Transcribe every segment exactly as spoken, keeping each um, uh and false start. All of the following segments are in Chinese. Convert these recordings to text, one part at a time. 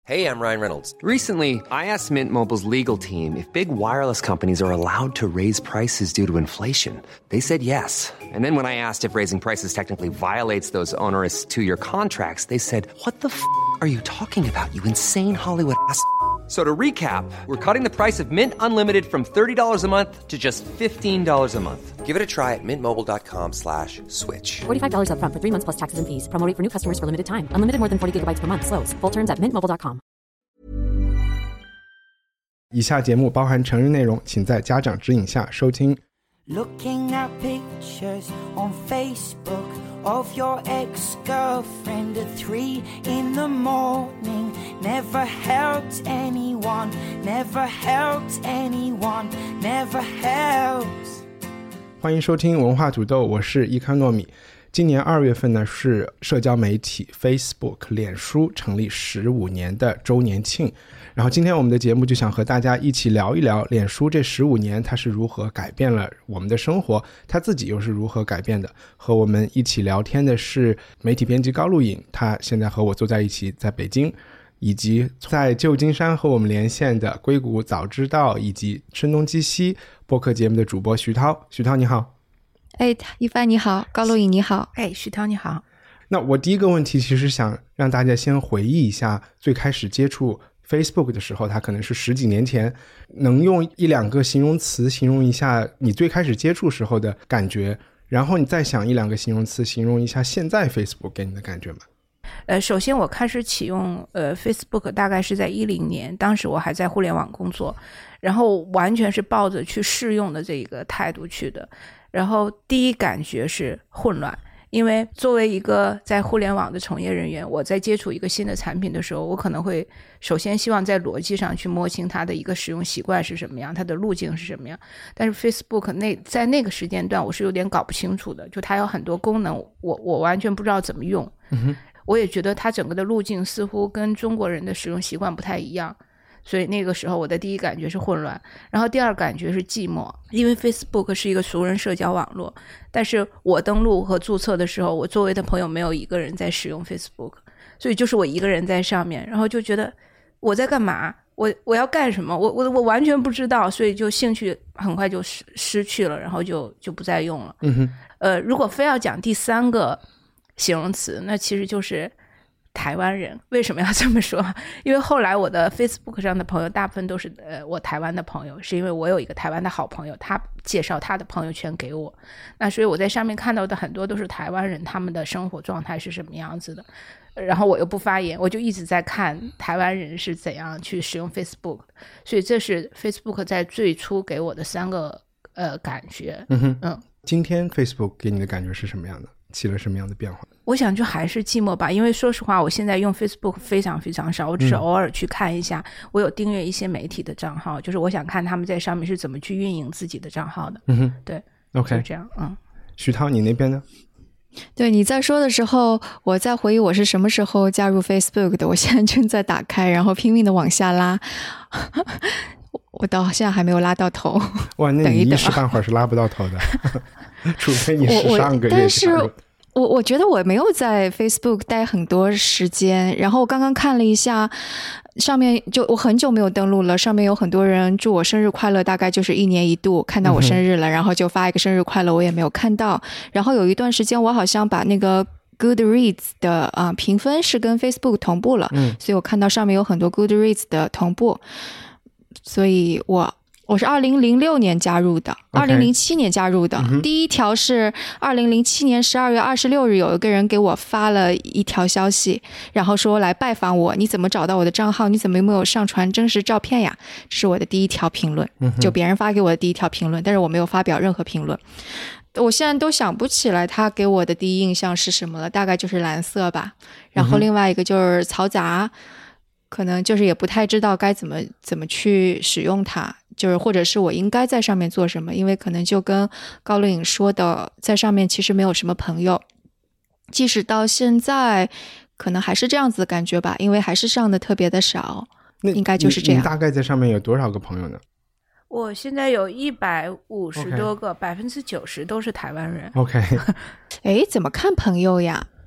Hey, I'm Ryan Reynolds. Recently, I asked Mint Mobile's legal team if big wireless companies are allowed to raise prices due to inflation. They said yes. And then when I asked if raising prices technically violates those onerous two-year contracts, they said, what the f*** are you talking about, you insane Hollywood ass f- So to recap, we're cutting the price of Mint Unlimited from thirty dollars a month to just fifteen dollars a month. Give it a try at mintmobile.com slash switch. forty-five dollars up front for three months plus taxes and fees. Promo rate for new customers for limited time. Unlimited more than forty gigabytes per month. Slows full terms at mint mobile dot com. 以下节目包含成人内容，请在家长指引下收听。 Looking at pictures on Facebook of your ex-girlfriend at three in the morning. Never helped anyone, never helped anyone, never helped. 欢迎收听文化土豆，我是伊康糯米。今年二月份呢是社交媒体 Facebook 脸书成立十五年的周年庆，然后今天我们的节目就想和大家一起聊一聊脸书这十五年它是如何改变了我们的生活，它自己又是如何改变的。和我们一起聊天的是媒体编辑高露颖，他现在和我坐在一起在北京，以及在旧金山和我们连线的硅谷早知道以及声东击西播客节目的主播徐涛。徐涛你好。 哎，一帆你好，高露颖你好。 哎，徐涛你好。 那我第一个问题其实想让大家先回忆一下最开始接触 Facebook 的时候，它可能是十几年前，能用一两个形容词形容一下你最开始接触时候的感觉，然后你再想一两个形容词形容一下现在 Facebook 给你的感觉吗？ 呃，首先我开始启用呃 Facebook 大概是在一零年，当时我还在互联网工作，然后完全是抱着去试用的这个态度去的。然后第一感觉是混乱，因为作为一个在互联网的从业人员，我在接触一个新的产品的时候，我可能会首先希望在逻辑上去摸清它的一个使用习惯是什么样，它的路径是什么样。但是 Facebook 那在那个时间段我是有点搞不清楚的，就它有很多功能我我完全不知道怎么用、嗯、我也觉得它整个的路径似乎跟中国人的使用习惯不太一样，所以那个时候我的第一感觉是混乱，然后第二感觉是寂寞，因为 Facebook 是一个熟人社交网络，但是我登录和注册的时候，我周围的朋友没有一个人在使用 Facebook， 所以就是我一个人在上面，然后就觉得我在干嘛，我我要干什么，我我我完全不知道，所以就兴趣很快就失失去了，然后就就不再用了。嗯哼，呃，如果非要讲第三个形容词，那其实就是台湾人。为什么要这么说？因为后来我的 Facebook 上的朋友大部分都是呃我台湾的朋友，是因为我有一个台湾的好朋友，他介绍他的朋友圈给我，那所以我在上面看到的很多都是台湾人，他们的生活状态是什么样子的，然后我又不发言，我就一直在看台湾人是怎样去使用 Facebook， 所以这是 Facebook 在最初给我的三个呃感觉。嗯哼，嗯， 今天 Facebook 给你的感觉是什么样的？起了什么样的变化？ 我想就还是寂寞吧，因为说实话我现在用 Facebook 非常非常少，我只是偶尔去看一下、嗯、我有订阅一些媒体的账号，就是我想看他们在上面是怎么去运营自己的账号的。嗯哼，对 OK 就这样。嗯， 徐涛你那边呢？ 对，你在说的时候我在回忆我是什么时候加入 Facebook 的，我现在正在打开然后拼命的往下拉我到现在还没有拉到头。 哇，那你一时半会儿是拉不到头的除非你是上个月但是我我觉得我没有在 Facebook 待很多时间，然后我刚刚看了一下上面，就我很久没有登录了，上面有很多人祝我生日快乐，大概就是一年一度看到我生日了、嗯、然后就发一个生日快乐，我也没有看到。然后有一段时间我好像把那个 Goodreads 的、呃、评分是跟 Facebook 同步了、嗯、所以我看到上面有很多 Goodreads 的同步，所以我我是二零零六年加入的， okay. 二零零七年加入的、嗯、第一条是二零零七年十二月二十六日有一个人给我发了一条消息，然后说来拜访我，你怎么找到我的账号，你怎么没有上传真实照片呀，这是我的第一条评论、嗯、就别人发给我的第一条评论，但是我没有发表任何评论。我现在都想不起来他给我的第一印象是什么了，大概就是蓝色吧，然后另外一个就是嘈杂、嗯，可能就是也不太知道该怎么怎么去使用它，就是或者是我应该在上面做什么，因为可能就跟高露颖说的，在上面其实没有什么朋友，即使到现在可能还是这样子的感觉吧，因为还是上的特别的少，应该就是这样。 你大概在上面有多少个朋友呢？ 我现在有一百五十多个，百分之九十都是台湾人。 OK， 哎，怎么看朋友呀？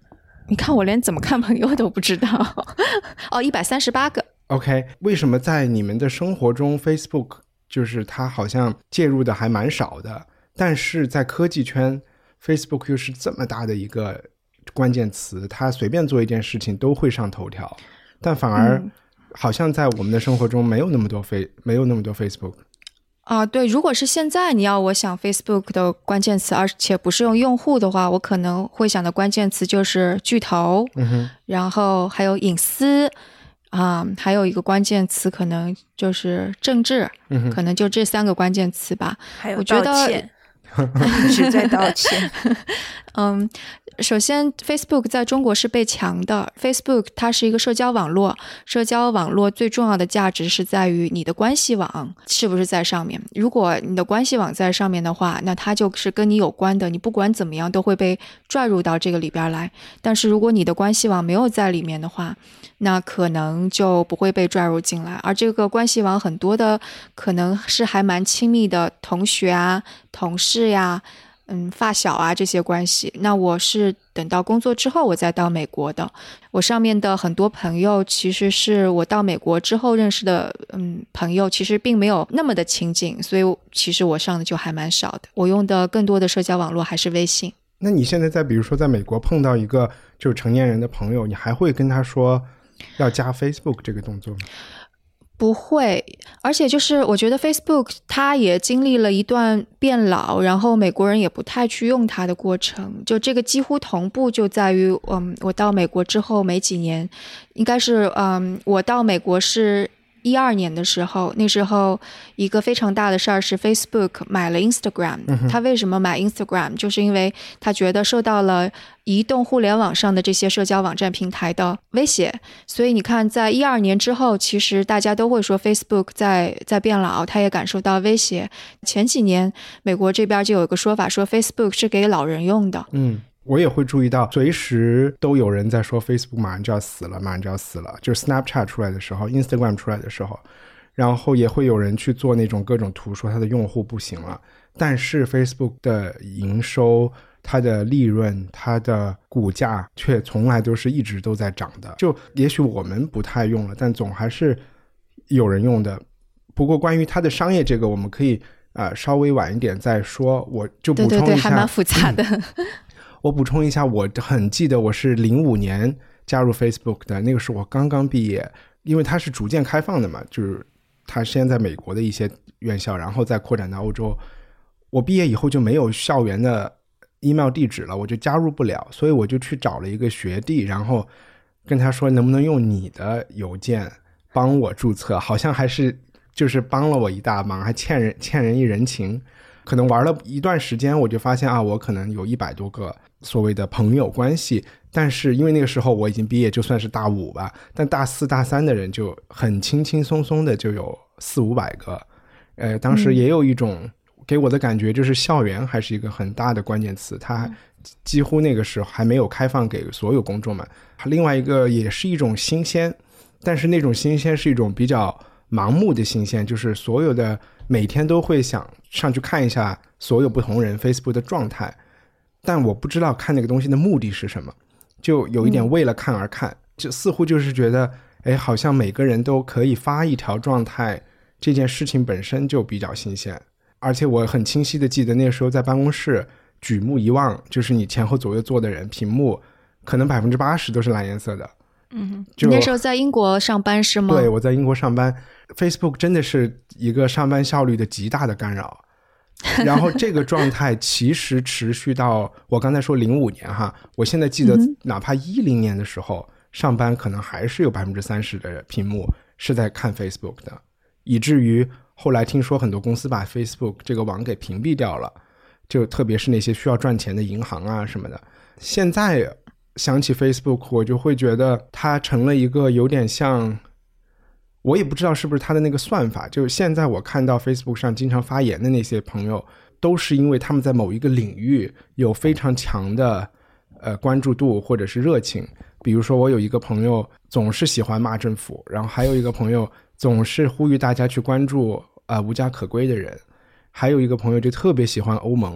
你看我连怎么看朋友都不知道。哦，一百三十八个。 OK， 为什么在你们的生活中 Facebook 就是它好像介入的还蛮少的，但是在科技圈 Facebook 又是这么大的一个关键词，它随便做一件事情都会上头条，但反而好像在我们的生活中没有那么多 face 没有那么多 Facebook。 啊，对，如果是现在你要我想 Facebook 的关键词，而且不是用用户的话，我可能会想的关键词就是巨头， 嗯哼， 然后还有隐私啊、嗯，还有一个关键词可能就是政治， 嗯、 可能就这三个关键词吧。 还有道歉，一直在道歉。 嗯，首先 Facebook 在中国是被强的， Facebook 它是一个社交网络，社交网络最重要的价值是在于你的关系网是不是在上面。如果你的关系网在上面的话，那它就是跟你有关的，你不管怎么样都会被拽入到这个里边来。但是如果你的关系网没有在里面的话，那可能就不会被拽入进来。而这个关系网很多的可能是还蛮亲密的同学啊、同事呀、嗯，发小啊这些关系。那我是等到工作之后我再到美国的，我上面的很多朋友其实是我到美国之后认识的，嗯，朋友其实并没有那么的亲近，所以其实我上的就还蛮少的。我用的更多的社交网络还是微信。 那你现在在比如说在美国碰到一个就是成年人的朋友，你还会跟他说要加 Facebook 这个动作吗？ 不会，而且就是我觉得 Facebook 它也经历了一段变老，然后美国人也不太去用它的过程，就这个几乎同步就在于嗯，我到美国之后没几年，应该是嗯，我到美国是一二年的时候，那时候一个非常大的事儿是 Facebook 买了 Instagram、嗯、他为什么买 Instagram 就是因为他觉得受到了移动互联网上的这些社交网站平台的威胁，所以你看在一二年之后，其实大家都会说 Facebook 在在变老，他也感受到威胁。前几年美国这边就有一个说法说 Facebook 是给老人用的。 嗯，我也会注意到随时都有人在说 Facebook 马上就要死了马上就要死了，就是 Snapchat 出来的时候 Instagram 出来的时候，然后也会有人去做那种各种图说它的用户不行了，但是 Facebook 的营收、它的利润、它的股价却从来都是一直都在涨的。就也许我们不太用了，但总还是有人用的。不过关于它的商业这个我们可以、呃、稍微晚一点再说，我就补充一下。 对对对，还蛮复杂的、嗯我补充一下，我很记得我是零五年加入 Facebook 的，那个时候我刚刚毕业，因为它是逐渐开放的嘛，就是它先在美国的一些院校，然后再扩展到欧洲。我毕业以后就没有校园的 email 地址了，我就加入不了，所以我就去找了一个学弟，然后跟他说能不能用你的邮件帮我注册，好像还是就是帮了我一大忙，还欠人欠人一人情。可能玩了一段时间，我就发现啊，我可能有一百多个所谓的朋友关系，但是因为那个时候我已经毕业，就算是大五吧，但大四大三的人就很轻轻松松的就有四五百个。呃，当时也有一种给我的感觉就是校园还是一个很大的关键词，它几乎那个时候还没有开放给所有公众们。另外一个也是一种新鲜，但是那种新鲜是一种比较盲目的新鲜，就是所有的每天都会想上去看一下所有不同人 Facebook 的状态，但我不知道看那个东西的目的是什么，就有一点为了看而看、嗯、就似乎就是觉得哎，好像每个人都可以发一条状态，这件事情本身就比较新鲜。而且我很清晰的记得那时候在办公室举目一望，就是你前后左右坐的人屏幕可能百分之八十都是蓝颜色的。 嗯，你那时候在英国上班是吗？ 对，我在英国上班。 Facebook 真的是一个上班效率的极大的干扰，然后这个状态其实持续到我刚才说零五年哈，我现在记得哪怕一零年的时候、嗯、上班可能还是有百分之三十的屏幕是在看 Facebook 的，以至于后来听说很多公司把 Facebook 这个网给屏蔽掉了，就特别是那些需要赚钱的银行啊什么的。现在想起 Facebook 我就会觉得它成了一个有点像，我也不知道是不是它的那个算法，就现在我看到 Facebook 上经常发言的那些朋友都是因为他们在某一个领域有非常强的呃关注度或者是热情。比如说我有一个朋友总是喜欢骂政府，然后还有一个朋友总是呼吁大家去关注呃无家可归的人，还有一个朋友就特别喜欢欧盟，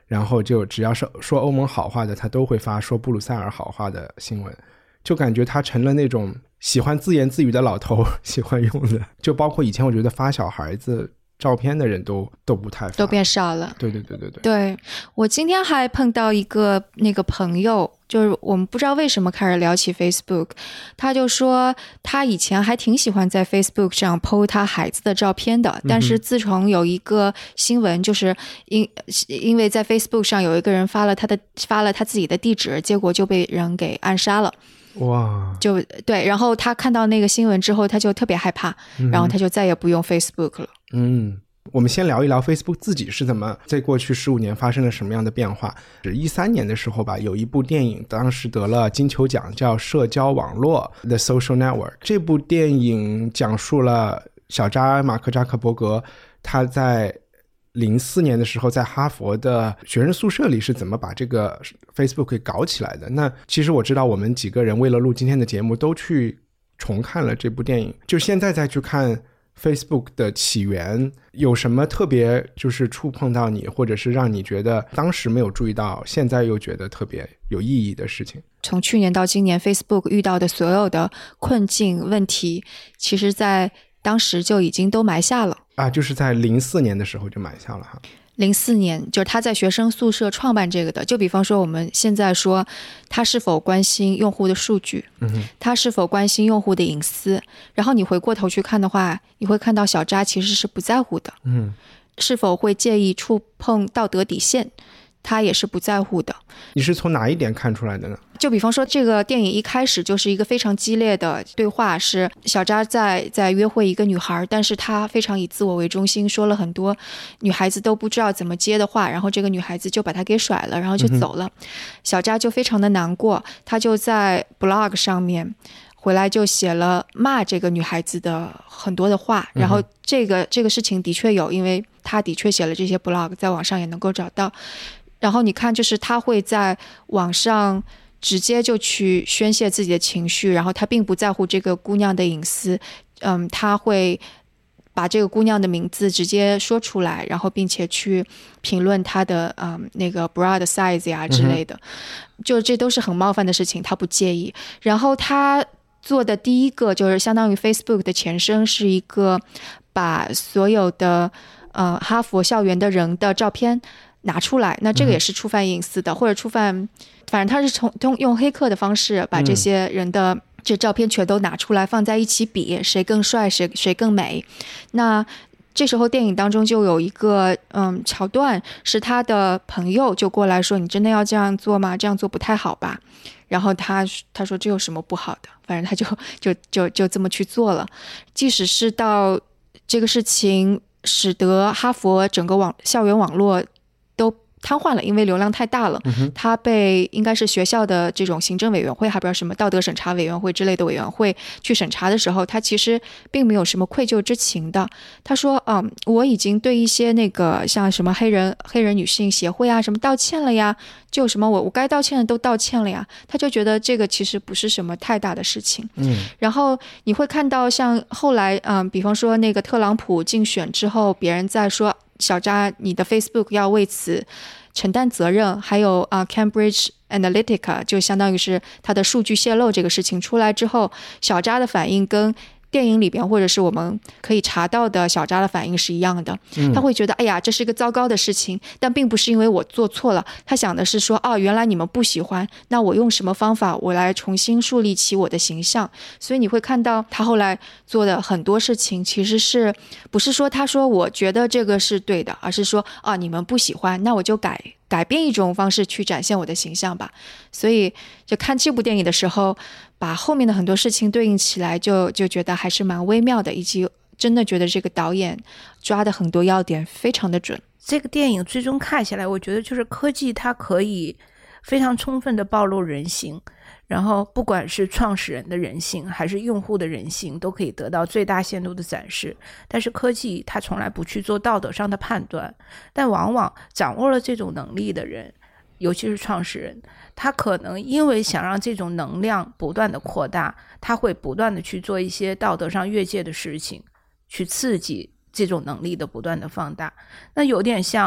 然后就只要是说欧盟好话的，他都会发说布鲁塞尔好话的新闻，就感觉他成了那种喜欢自言自语的老头喜欢用的。就包括以前我觉得发小孩子照片的人都都不太发， 都变少了。 对对对对对。 对，我今天还碰到一个那个朋友，就是我们不知道为什么开始聊起 Facebook， 他就说他以前还挺喜欢在 Facebook 上 po 他孩子的照片的，但是自从有一个新闻，就是因因为在 Facebook 上有一个人发了他的发了他自己的地址，结果就被人给暗杀了。 哇， 就对，然后他看到那个新闻之后，他就特别害怕， 嗯、 然后他就再也不用 Facebook 了。 嗯，我们先聊一聊 Facebook 自己是怎么在过去十五年发生了什么样的变化。是一三年的时候吧，有一部电影当时得了金球奖，叫《社交网络》 The Social Network。 这部电影讲述了小扎马克扎克伯格他在零四年的时候在哈佛的学生宿舍里是怎么把这个 Facebook 给搞起来的。那其实我知道我们几个人为了录今天的节目都去重看了这部电影，就现在再去看 Facebook 的起源，有什么特别就是触碰到你，或者是让你觉得当时没有注意到现在又觉得特别有意义的事情？ 从去年到今年 Facebook 遇到的所有的困境问题，其实在当时就已经都埋下了啊，就是在零四年的时候就埋下了哈。 零四年就是他在学生宿舍创办这个的。就比方说我们现在说他是否关心用户的数据，嗯，他是否关心用户的隐私，然后你回过头去看的话，你会看到小扎其实是不在乎的，嗯，是否会介意触碰道德底线，他也是不在乎的。 你是从哪一点看出来的呢？ 就比方说这个电影一开始就是一个非常激烈的对话，是小扎在在约会一个女孩，但是他非常以自我为中心，说了很多女孩子都不知道怎么接的话，然后这个女孩子就把他给甩了，然后就走了，嗯，小扎就非常的难过，他就在 blog 上面回来就写了骂这个女孩子的很多的话，然后这个这个事情的确有，因为他的确写了这些 blog， 在网上也能够找到。然后你看就是他会在网上直接就去宣泄自己的情绪，然后他并不在乎这个姑娘的隐私，嗯，他会把这个姑娘的名字直接说出来，然后并且去评论她的嗯那个 bra 的 size 呀之类的，嗯，就这都是很冒犯的事情，他不介意。然后他做的第一个就是相当于 Facebook 的前身，是一个把所有的呃哈佛校园的人的照片拿出来，那这个也是触犯隐私的，嗯，或者触犯，反正他是从用黑客的方式把这些人的这照片全都拿出来放在一起比，谁更帅谁谁更美。那这时候电影当中就有一个嗯桥段，是他的朋友就过来说，你真的要这样做吗？这样做不太好吧。然后他他说这有什么不好的，反正他就就就就这么去做了。即使是到这个事情使得哈佛整个网校园网络都瘫痪了，因为流量太大了，嗯，他被应该是学校的这种行政委员会，还不知道什么道德审查委员会之类的委员会去审查的时候，他其实并没有什么愧疚之情的。他说嗯，我已经对一些那个像什么黑人黑人女性协会啊什么道歉了呀，就什么我我该道歉的都道歉了呀，他就觉得这个其实不是什么太大的事情。嗯，然后你会看到像后来嗯，比方说那个特朗普竞选之后，别人在说小扎你的 Facebook 要为此承担责任，还有啊、uh, Cambridge Analytica 就相当于是他的数据泄露这个事情出来之后，小扎的反应跟电影里边或者是我们可以查到的小扎的反应是一样的，他会觉得哎呀这是一个糟糕的事情，但并不是因为我做错了，他想的是说哦原来你们不喜欢，那我用什么方法我来重新树立起我的形象。所以你会看到他后来做的很多事情其实是不是说他说我觉得这个是对的，而是说啊你们不喜欢，那我就改改变一种方式去展现我的形象吧。所以就看这部电影的时候，把后面的很多事情对应起来，就就觉得还是蛮微妙的，以及真的觉得这个导演抓的很多要点非常的准。 这个电影最终看下来，我觉得就是科技它可以非常充分的暴露人性，然后不管是创始人的人性还是用户的人性都可以得到最大限度的展示。但是科技它从来不去做道德上的判断，但往往掌握了这种能力的人，尤其是创始人，他可能因为想让这种能量不断的扩大，他会不断的去做一些道德上越界的事情，去刺激这种能力的不断的放大。那有点像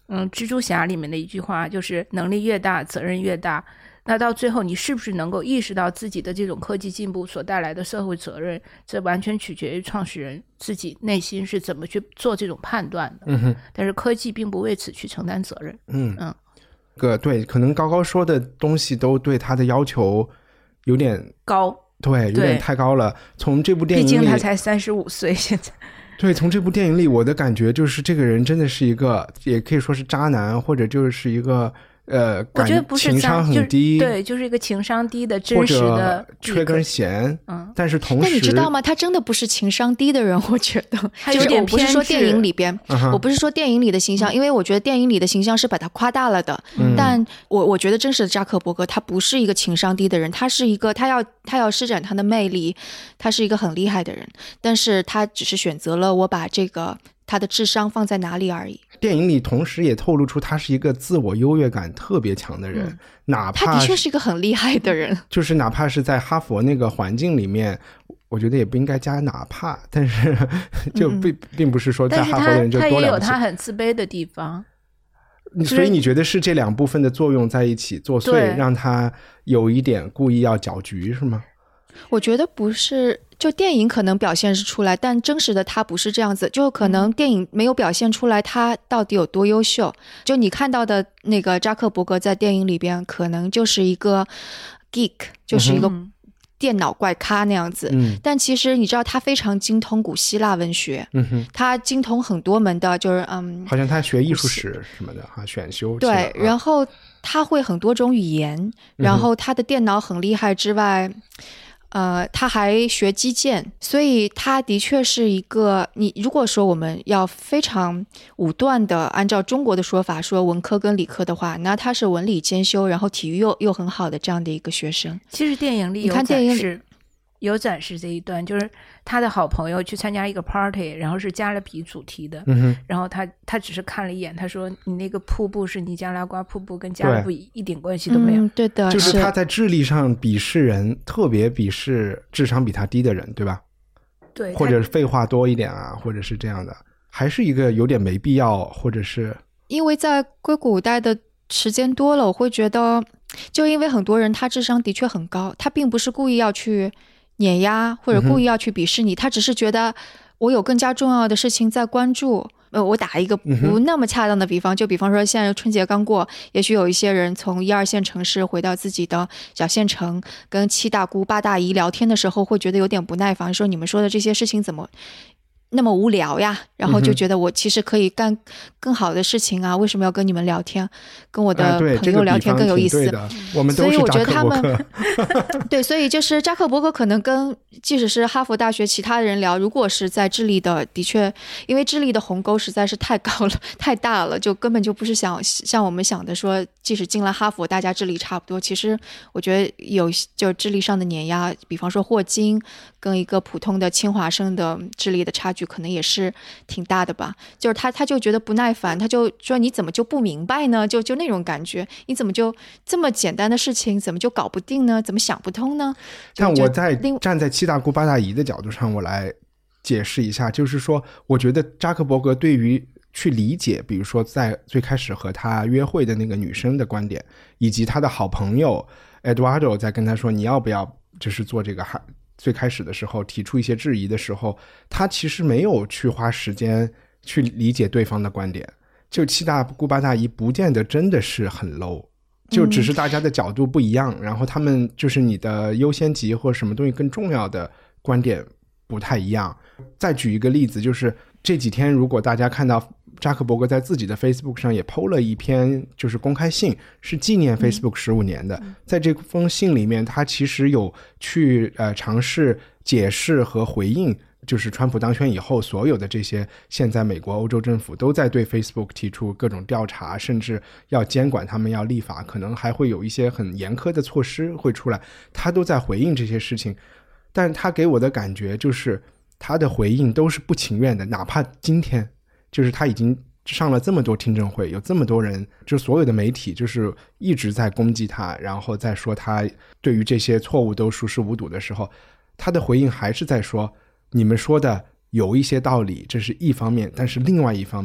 嗯，蜘蛛侠里面的一句话就是能力越大责任越大，那到最后你是不是能够意识到自己的这种科技进步所带来的社会责任，这完全取决于创始人自己内心是怎么去做这种判断的。 嗯哼， 但是科技并不为此去承担责任。 嗯嗯， 个对，可能高高说的东西都对他的要求有点高， 对，有点太高了。从这部电影里， 毕竟他才三十五岁，现在。 对，从这部电影里我的感觉就是这个人真的是一个，也可以说是渣男，或者就是一个呃， 我觉得不是情商很低， 就是、对，就是一个情商低的真实的缺根弦。嗯，但是同时， 但你知道吗？他真的不是情商低的人，我觉得他有点偏执。 就是我不是说电影里边， 嗯、 我不是说电影里的形象、嗯，因为我觉得电影里的形象是把他夸大了的。嗯、但我我觉得真实的扎克伯格他不是一个情商低的人，他是一个他要他要施展他的魅力，他是一个很厉害的人，但是他只是选择了我把这个他的智商放在哪里而已。 电影里同时也透露出他是一个自我优越感特别强的人、嗯、哪怕他的确是一个很厉害的人， 就是哪怕是在哈佛那个环境里面，我觉得也不应该加哪怕，但是就并、嗯、并不是说在哈佛的人就多了不起， 他也有他很自卑的地方， 所以你觉得是这两部分的作用在一起作祟，让他有一点故意要搅局是吗？ 我觉得不是，就电影可能表现是出来，但真实的他不是这样子，就可能电影没有表现出来他到底有多优秀。就你看到的那个扎克伯格在电影里边可能就是一个 geek， 就是一个电脑怪咖那样子、嗯、但其实你知道他非常精通古希腊文学、嗯、哼，他精通很多门的，就是嗯， 好像他学艺术史什么的哈，选修对，然后他会很多种语言，然后他的电脑很厉害之外、嗯呃，他还学击剑，所以他的确是一个，你如果说我们要非常武断的按照中国的说法说文科跟理科的话，那他是文理兼修，然后体育又又很好的这样的一个学生。 其实电影里有展示，有展示这一段，就是他的好朋友去参加一个 party， 然后是加勒比主题的、嗯、然后他他只是看了一眼，他说你那个瀑布是尼加拉瓜瀑布，跟加勒比一点关系都没有、 嗯、对的， 就是他在智力上鄙视人，特别鄙视智商比他低的人，对吧？ 对， 或者废话多一点啊，或者是这样的，还是一个有点没必要，或者是因为在硅谷待的时间多了，我会觉得就因为很多人他智商的确很高，他并不是故意要去碾压或者故意要去鄙视你、嗯、他只是觉得我有更加重要的事情在关注。呃，我打一个不那么恰当的比方、嗯、就比方说现在春节刚过，也许有一些人从一二线城市回到自己的小县城，跟七大姑八大姨聊天的时候会觉得有点不耐烦，说你们说的这些事情怎么那么无聊呀，然后就觉得我其实可以干更好的事情啊、嗯、为什么要跟你们聊天，跟我的朋友聊天更有意思、 呃、我们都是扎克伯格对，所以就是扎克伯格可能跟即使是哈佛大学其他的人聊，如果是在智力的，的确因为智力的鸿沟实在是太高了太大了，就根本就不是想像我们想的说即使进了哈佛大家智力差不多，其实我觉得有就智力上的碾压，比方说霍金跟一个普通的清华生的智力的差距可能也是挺大的吧，就是他他就觉得不耐烦，他就说你怎么就不明白呢，就就那种感觉，你怎么就这么简单的事情怎么就搞不定呢，怎么想不通呢？ 但我在站在七大姑八大姨的角度上我来解释一下，就是说我觉得扎克伯格对于去理解比如说在最开始和他约会的那个女生的观点，以及他的好朋友 Eduardo 在跟他说你要不要就是做这个，最开始的时候提出一些质疑的时候，他其实没有去花时间去理解对方的观点，就七大姑八大姨不见得真的是很 low， 就只是大家的角度不一样、嗯、然后他们就是你的优先级或什么东西更重要的观点不太一样。再举一个例子，就是这几天如果大家看到扎克伯格在自己的 Facebook 上也 po 了一篇就是公开信，是纪念 Facebook 十五年的、嗯、在这封信里面他其实有去呃尝试解释和回应，就是川普当选以后所有的这些现在美国欧洲政府都在对 Facebook 提出各种调查，甚至要监管他们，要立法，可能还会有一些很严苛的措施会出来，他都在回应这些事情。但他给我的感觉就是他的回应都是不情愿的，哪怕今天就是他已经上了这么多听证会，有这么多人，就所有的媒体就是一直在攻击他，然后再说他对于这些错误都熟视无睹的时候，他的回应还是在说你们说的有一些道理，这是一方面，但是另外一方面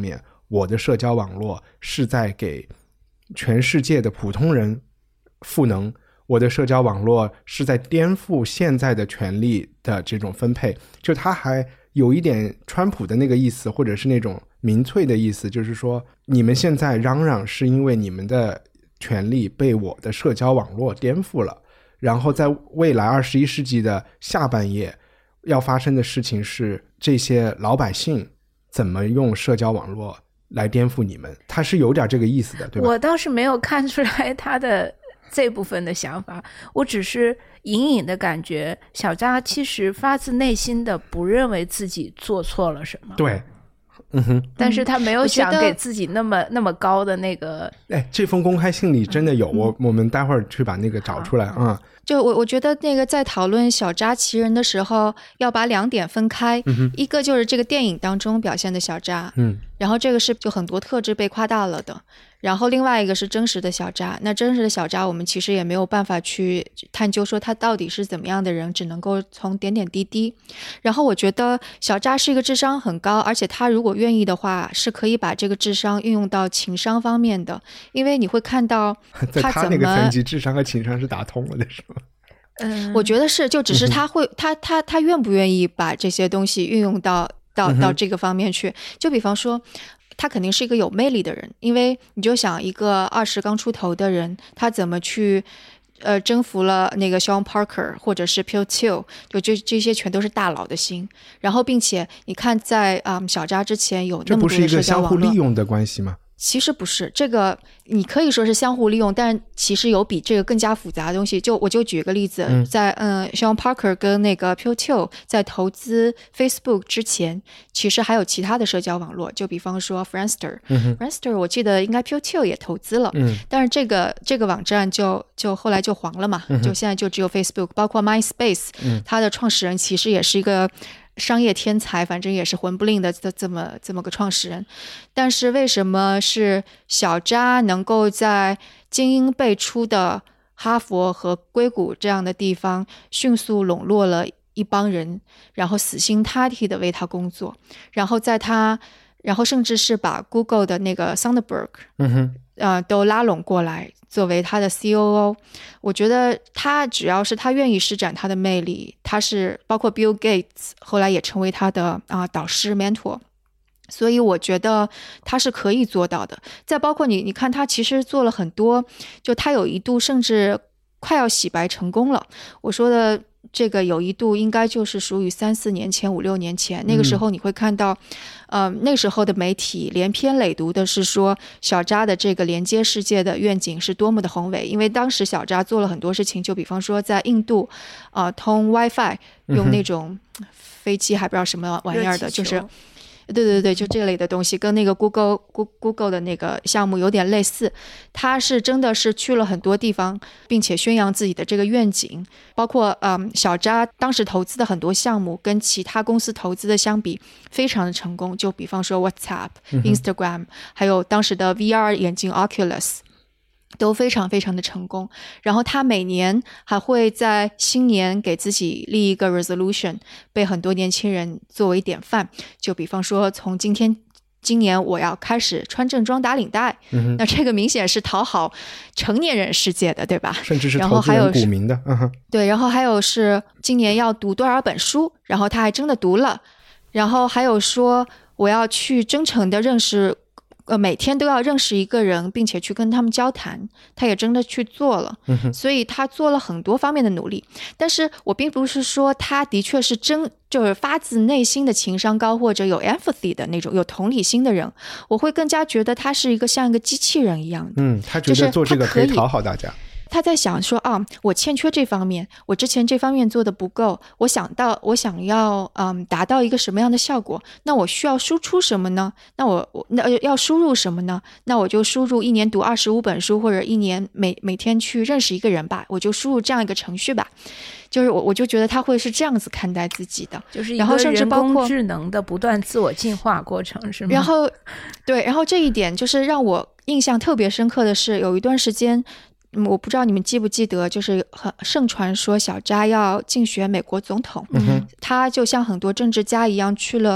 我的社交网络是在给全世界的普通人赋能，我的社交网络是在颠覆现在的权力的这种分配，就他还有一点川普的那个意思，或者是那种民粹的意思，就是说你们现在嚷嚷是因为你们的权利被我的社交网络颠覆了，然后在未来二十一世纪的下半叶要发生的事情是这些老百姓怎么用社交网络来颠覆你们，他是有点这个意思的，对吧？ 我倒是没有看出来他的这部分的想法，我只是隐隐的感觉小扎其实发自内心的不认为自己做错了什么。 对，嗯哼， 但是他没有想给自己那么那么高的那个。 哎，这封公开信里真的有，嗯、我我们待会儿去把那个找出来啊。嗯， 就我我觉得那个在讨论小扎奇人的时候，要把两点分开，嗯、一个就是这个电影当中表现的小扎，嗯，然后这个是就很多特质被夸大了的。然后另外一个是真实的小扎，那真实的小扎我们其实也没有办法去探究说他到底是怎么样的人，只能够从点点滴滴。然后我觉得小扎是一个智商很高，而且他如果愿意的话是可以把这个智商运用到情商方面的，因为你会看到他怎么在他那个层级智商和情商是打通了的是吗？ 嗯，我觉得是，就只是他会、嗯、他他他愿不愿意把这些东西运用到到到这个方面去。就比方说他肯定是一个有魅力的人，因为你就想一个二十刚出头的人，他怎么去呃征服了那个 Sean Parker 或者是 Phil Till， 就这这些全都是大佬的心。然后并且你看在啊、嗯、小扎之前有那么多的社交网络，这不是一个相互利用的关系吗？ 其实不是，这个你可以说是相互利用，但其实有比这个更加复杂的东西。就我就举个例子，嗯、在嗯 Sean Parker 跟那个 Phil Till 在投资 Facebook 之前，其实还有其他的社交网络，就比方说 Friendster， 嗯、Friendster 我记得应该 Phil Till 也投资了，嗯、但是这个这个网站就就后来就黄了嘛，嗯、就现在就只有 Facebook， 包括 MySpace，嗯、它的创始人其实也是一个商业天才，反正也是混不吝的这么这么个创始人。但是为什么是小扎能够在精英辈出的哈佛和硅谷这样的地方迅速笼络了一帮人，然后死心塌地的为他工作，然后在他然后甚至是把 Google 的那个 Sundberg 嗯哼呃，都拉拢过来作为他的 C O O。 我觉得他只要是他愿意施展他的魅力，他是包括 Bill Gates 后来也成为他的、呃、导师 mentor， 所以我觉得他是可以做到的。再包括你你看他其实做了很多，就他有一度甚至快要洗白成功了。我说的这个有一度应该就是属于三四年前五六年前，那个时候你会看到、嗯、呃，那时候的媒体连篇累牍的是说小扎的这个连接世界的愿景是多么的宏伟。因为当时小扎做了很多事情，就比方说在印度呃，通 WiFi 用那种飞机还不知道什么玩意儿的，就是对对对，就这类的东西，跟那个 Google Google 的那个项目有点类似。他是真的是去了很多地方，并且宣扬自己的这个愿景。包括嗯，小扎当时投资的很多项目跟其他公司投资的相比非常的成功，就比方说 WhatsApp、Instagram、嗯、还有当时的 V R 眼镜 Oculus都非常非常的成功。然后他每年还会在新年给自己立一个 resolution， 被很多年轻人作为典范。就比方说从今天今年我要开始穿正装打领带、嗯、那这个明显是讨好成年人世界的，对吧？ 甚至是投资人股民的、嗯、 对。然后还有是今年要读多少本书，然后他还真的读了。然后还有说我要去真诚的认识呃，每天都要认识一个人，并且去跟他们交谈，他也真的去做了、嗯、所以他做了很多方面的努力。但是我并不是说他的确是真就是发自内心的情商高或者有 empathy 的那种有同理心的人，我会更加觉得他是一个像一个机器人一样的。 嗯，他觉得做这个可以讨好大家。 他在想说啊，我欠缺这方面，我之前这方面做的不够，我想到我想要嗯达到一个什么样的效果，那我需要输出什么呢？那我我那要输入什么呢？那我就输入一年读二十五本书，或者一年每每天去认识一个人吧，我就输入这样一个程序吧。就是我我就觉得他会是这样子看待自己的， 就是一个人工智能的不断自我进化过程，是吗？ 然后对，然后这一点就是让我印象特别深刻的是，有一段时间嗯，我不知道你们记不记得，就是很盛传说小扎要竞选美国总统、嗯、他就像很多政治家一样去了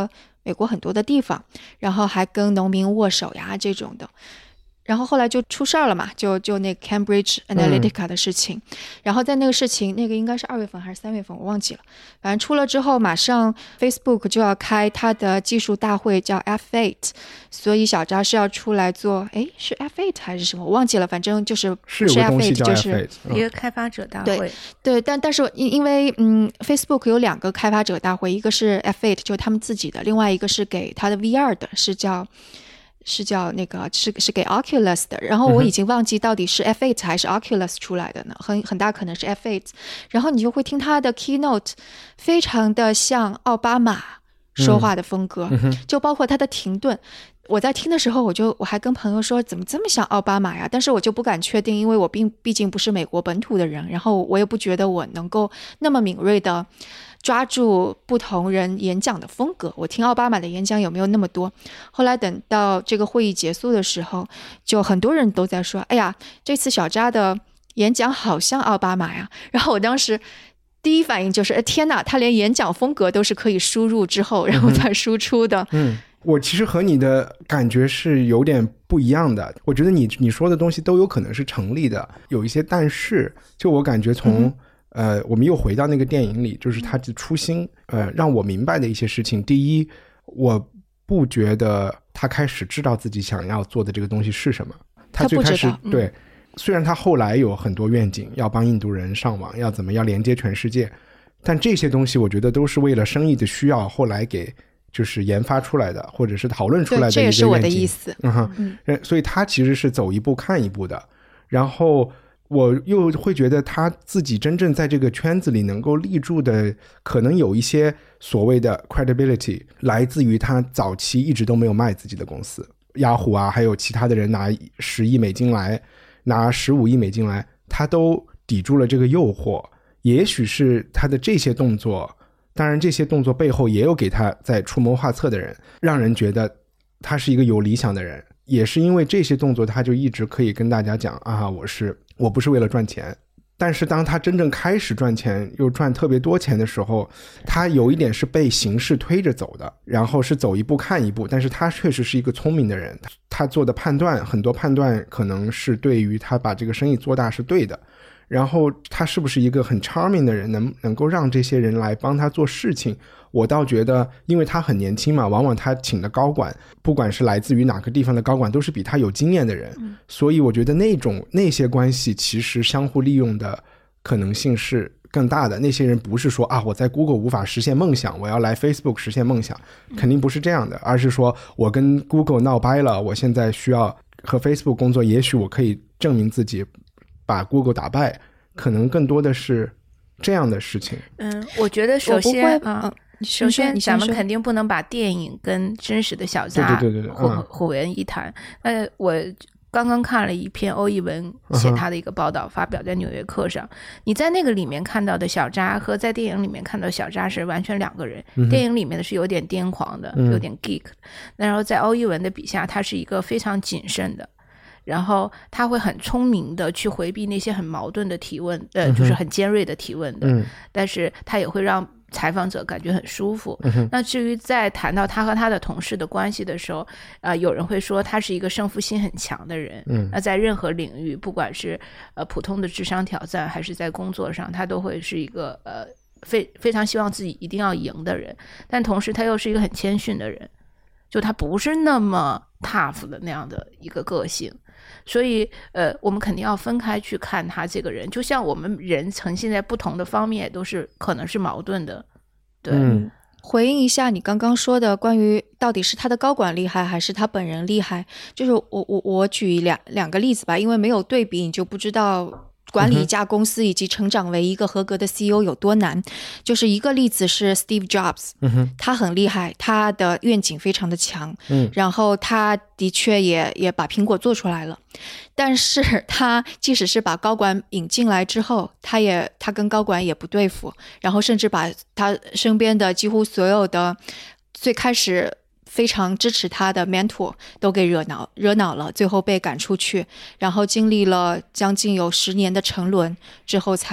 美国很多的地方，然后还跟农民握手呀这种的。然后后来就出事儿了嘛，就就那 Cambridge Analytica 的事情、嗯、然后在那个事情那个应该是二月份还是三月份我忘记了，反正出了之后马上 Facebook 就要开它的技术大会叫 F 八， 所以小扎是要出来做，诶是 F 八 还是什么我忘记了，反正就是是是 F 八就是、 嗯、一个开发者大会。 对对，但但是因因为嗯 Facebook 有两个开发者大会，一个是 F 八 就是他们自己的，另外一个是给他的 V R 的，是叫是叫那个是是给 Oculus 的，然后我已经忘记到底是 F 八 还是 Oculus 出来的呢，很很大可能是 F 八。然后你就会听他的 keynote 非常的像奥巴马说话的风格、嗯、就包括他的停顿。我在听的时候我就我还跟朋友说怎么这么像奥巴马呀，但是我就不敢确定，因为我并毕竟不是美国本土的人，然后我也不觉得我能够那么敏锐的抓住不同人演讲的风格，我听奥巴马的演讲有没有那么多。后来等到这个会议结束的时候，就很多人都在说哎呀这次小扎的演讲好像奥巴马呀，然后我当时第一反应就是天哪，他连演讲风格都是可以输入之后然后再输出的。 嗯，我其实和你的感觉是有点不一样的，我觉得你你说的东西都有可能是成立的，有一些但是就我感觉从、嗯呃，我们又回到那个电影里，就是他的初心，呃，让我明白的一些事情。第一，我不觉得他开始知道自己想要做的这个东西是什么。他最开始对、嗯，虽然他后来有很多愿景，要帮印度人上网，要怎么要连接全世界，但这些东西我觉得都是为了生意的需要，后来给就是研发出来的，或者是讨论出来的一个愿景。这也是我的意思。嗯哼，嗯，所以他其实是走一步看一步的，然后。我又会觉得他自己真正在这个圈子里能够立住的可能有一些所谓的 credibility 来自于他早期一直都没有卖自己的公司，雅虎啊还有其他的人拿十亿美金来拿十五亿美金来，他都抵住了这个诱惑。也许是他的这些动作，当然这些动作背后也有给他在出谋划策的人，让人觉得他是一个有理想的人，也是因为这些动作他就一直可以跟大家讲啊，我是我不是为了赚钱。但是当他真正开始赚钱又赚特别多钱的时候，他有一点是被形势推着走的，然后是走一步看一步。但是他确实是一个聪明的人，他做的判断很多判断可能是对于他把这个生意做大是对的，然后他是不是一个很 charming 的人，能能够让这些人来帮他做事情，我倒觉得因为他很年轻嘛，往往他请的高管不管是来自于哪个地方的高管都是比他有经验的人、嗯、所以我觉得那种那些关系其实相互利用的可能性是更大的。那些人不是说啊我在 Google 无法实现梦想，我要来 Facebook 实现梦想，肯定不是这样的，而是说我跟 Google 闹掰了，我现在需要和 Facebook 工作，也许我可以证明自己把 Google 打败，可能更多的是这样的事情。 嗯，我觉得首先啊、嗯，首先咱们肯定不能把电影跟真实的小扎对对对对混混为一谈。呃，我刚刚看了一篇欧一文写他的一个报道、uh-huh. 发表在纽约客上，你在那个里面看到的小扎和在电影里面看到的小扎是完全两个人、嗯、电影里面的是有点癫狂的、嗯、有点 geek 的，然后在欧一文的笔下他是一个非常谨慎的，然后他会很聪明的去回避那些很矛盾的提问，呃，就是很尖锐的提问的、嗯、但是他也会让采访者感觉很舒服、嗯、那至于在谈到他和他的同事的关系的时候，呃，有人会说他是一个胜负心很强的人、嗯、那在任何领域不管是呃普通的智商挑战还是在工作上，他都会是一个呃非非常希望自己一定要赢的人，但同时他又是一个很谦逊的人，就他不是那么 tough 的那样的一个个性，所以呃，我们肯定要分开去看他这个人，就像我们人呈现在不同的方面都是可能是矛盾的。对、嗯、 回应一下你刚刚说的关于到底是他的高管厉害还是他本人厉害，就是我我我举两两个例子吧，因为没有对比你就不知道管理一家公司以及成长为一个合格的 C E O 有多难。就是一个例子是 Steve Jobs、嗯、他很厉害，他的愿景非常的强、嗯、然后他的确也也把苹果做出来了，但是他即使是把高管引进来之后，他也他跟高管也不对付，然后甚至把他身边的几乎所有的最开始非常支持他的 mentor 都给惹恼惹恼了，最后被赶出去，然后经历了将近有十年的沉沦之后才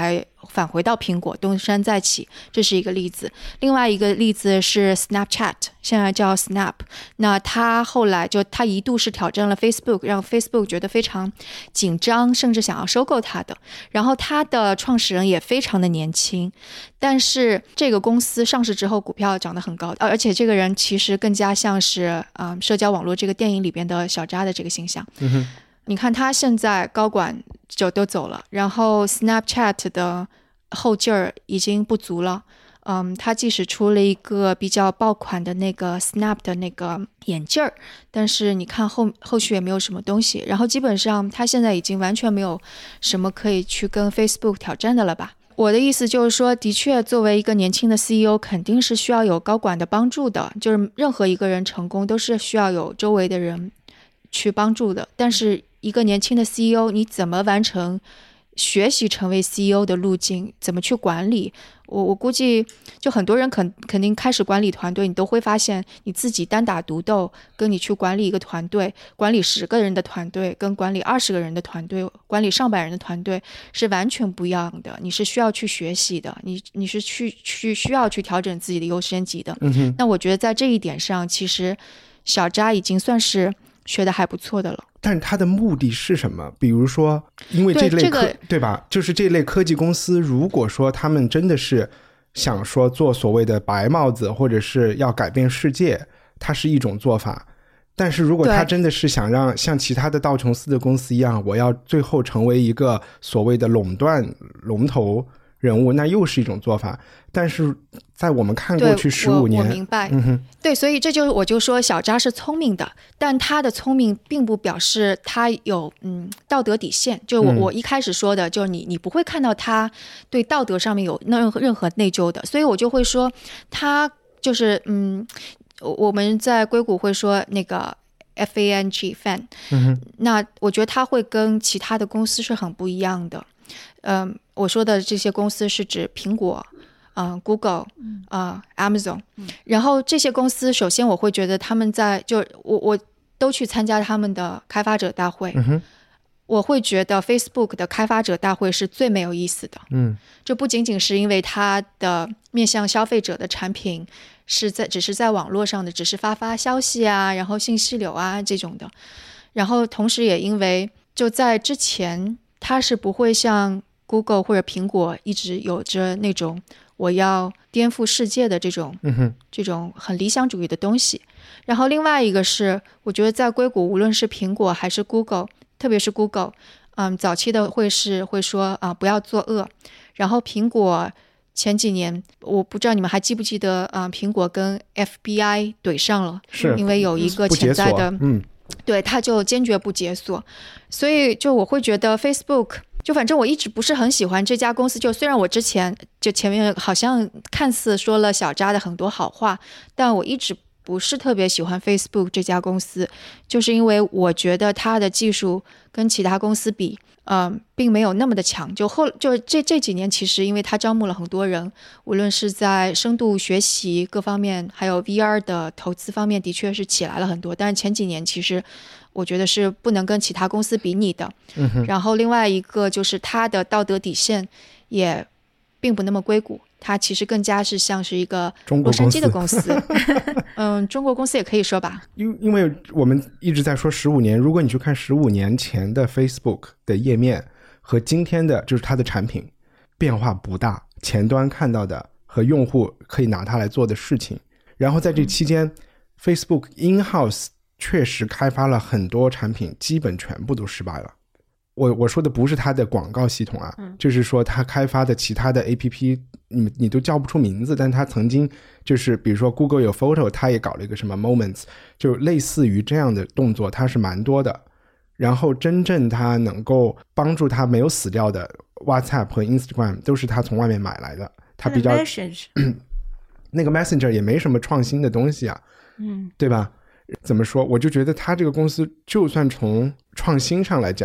返回到苹果，东山再起，这是一个例子。另外一个例子是 Snapchat， 现在叫 Snap， 那他后来就他一度是挑战了 Facebook， 让 Facebook 觉得非常紧张，甚至想要收购他的。然后他的创始人也非常的年轻，但是这个公司上市之后股票涨得很高，而且这个人其实更加像是、呃、社交网络这个电影里边的小扎的这个形象。 嗯哼， 你看他现在高管就都走了，然后 Snapchat 的后劲儿已经不足了。嗯，他即使出了一个比较爆款的那个 Snap 的那个眼镜儿，但是你看后后续也没有什么东西，然后基本上他现在已经完全没有什么可以去跟 Facebook 挑战的了吧。我的意思就是说，的确作为一个年轻的 C E O 肯定是需要有高管的帮助的，就是任何一个人成功都是需要有周围的人去帮助的，但是一个年轻的 C E O 你怎么完成学习成为 C E O 的路径，怎么去管理，我我估计就很多人肯肯定开始管理团队，你都会发现你自己单打独斗跟你去管理一个团队，管理十个人的团队跟管理二十个人的团队，管理上百人的团队是完全不一样的，你是需要去学习的，你你是去去需要去调整自己的优先级的。 嗯哼， 那我觉得在这一点上其实小扎已经算是学的还不错的了。 但是它的目的是什么？比如说因为这类科 对,、这个、对吧，就是这类科技公司如果说他们真的是想说做所谓的白帽子或者是要改变世界，它是一种做法，但是如果他真的是想让像其他的道琼斯的公司一样，我要最后成为一个所谓的垄断龙头人物，那又是一种做法。但是在我们看过去十五年， 我, 我明白、 嗯、哼对，所以这就是我就说小扎是聪明的，但他的聪明并不表示他有嗯道德底线，就是我、嗯、我一开始说的，就是你你不会看到他对道德上面有任何任何内疚的，所以我就会说他就是嗯我们在硅谷会说那个 F A N G fan、嗯、那我觉得他会跟其他的公司是很不一样的。嗯，我说的这些公司是指苹果、呃、Google、呃、Amazon、嗯、然后这些公司首先我会觉得他们在就我我都去参加他们的开发者大会、嗯、我会觉得 Facebook 的开发者大会是最没有意思的。嗯，这不仅仅是因为它的面向消费者的产品是在只是在网络上的，只是发发消息啊，然后信息流啊这种的，然后同时也因为就在之前它是不会像 Google 或者苹果一直有着那种我要颠覆世界的这种、嗯、这种很理想主义的东西。然后另外一个是我觉得在硅谷无论是苹果还是 Google， 特别是 Google 嗯，早期的会是会说啊、呃、不要作恶，然后苹果前几年我不知道你们还记不记得啊、呃，苹果跟 F B I 怼上了，是因为有一个潜在的嗯，对，他就坚决不解锁。所以就我会觉得 Facebook就反正我一直不是很喜欢这家公司，就虽然我之前就前面好像看似说了小扎的很多好话，但我一直不是特别喜欢 Facebook 这家公司，就是因为我觉得它的技术跟其他公司比嗯、呃，并没有那么的强。就后就这这几年其实因为它招募了很多人，无论是在深度学习各方面还有 V R 的投资方面的确是起来了很多，但是前几年其实我觉得是不能跟其他公司比拟的、嗯、然后另外一个就是它的道德底线也并不那么硅谷，它其实更加是像是一个洛杉矶的公司嗯，中国公司也可以说吧， 因因为我们一直在说十五年，如果你去看十五年前的 Facebook 的页面和今天的就是它的产品变化不大，前端看到的和用户可以拿它来做的事情，然后在这期间、嗯、Facebook in-house确实开发了很多产品，基本全部都失败了。我我说的不是它的广告系统啊、嗯、就是说它开发的其他的 A P P 你你都叫不出名字，但它曾经就是比如说 Google 有 Photo， 它也搞了一个什么 Moments， 就类似于这样的动作它是蛮多的。然后真正它能够帮助它没有死掉的 WhatsApp 和 Instagram 都是它从外面买来的，它比较那个 Messenger 也没什么创新的东西啊，嗯，对吧？怎么说，我就觉得他这个公司就算从创新上来讲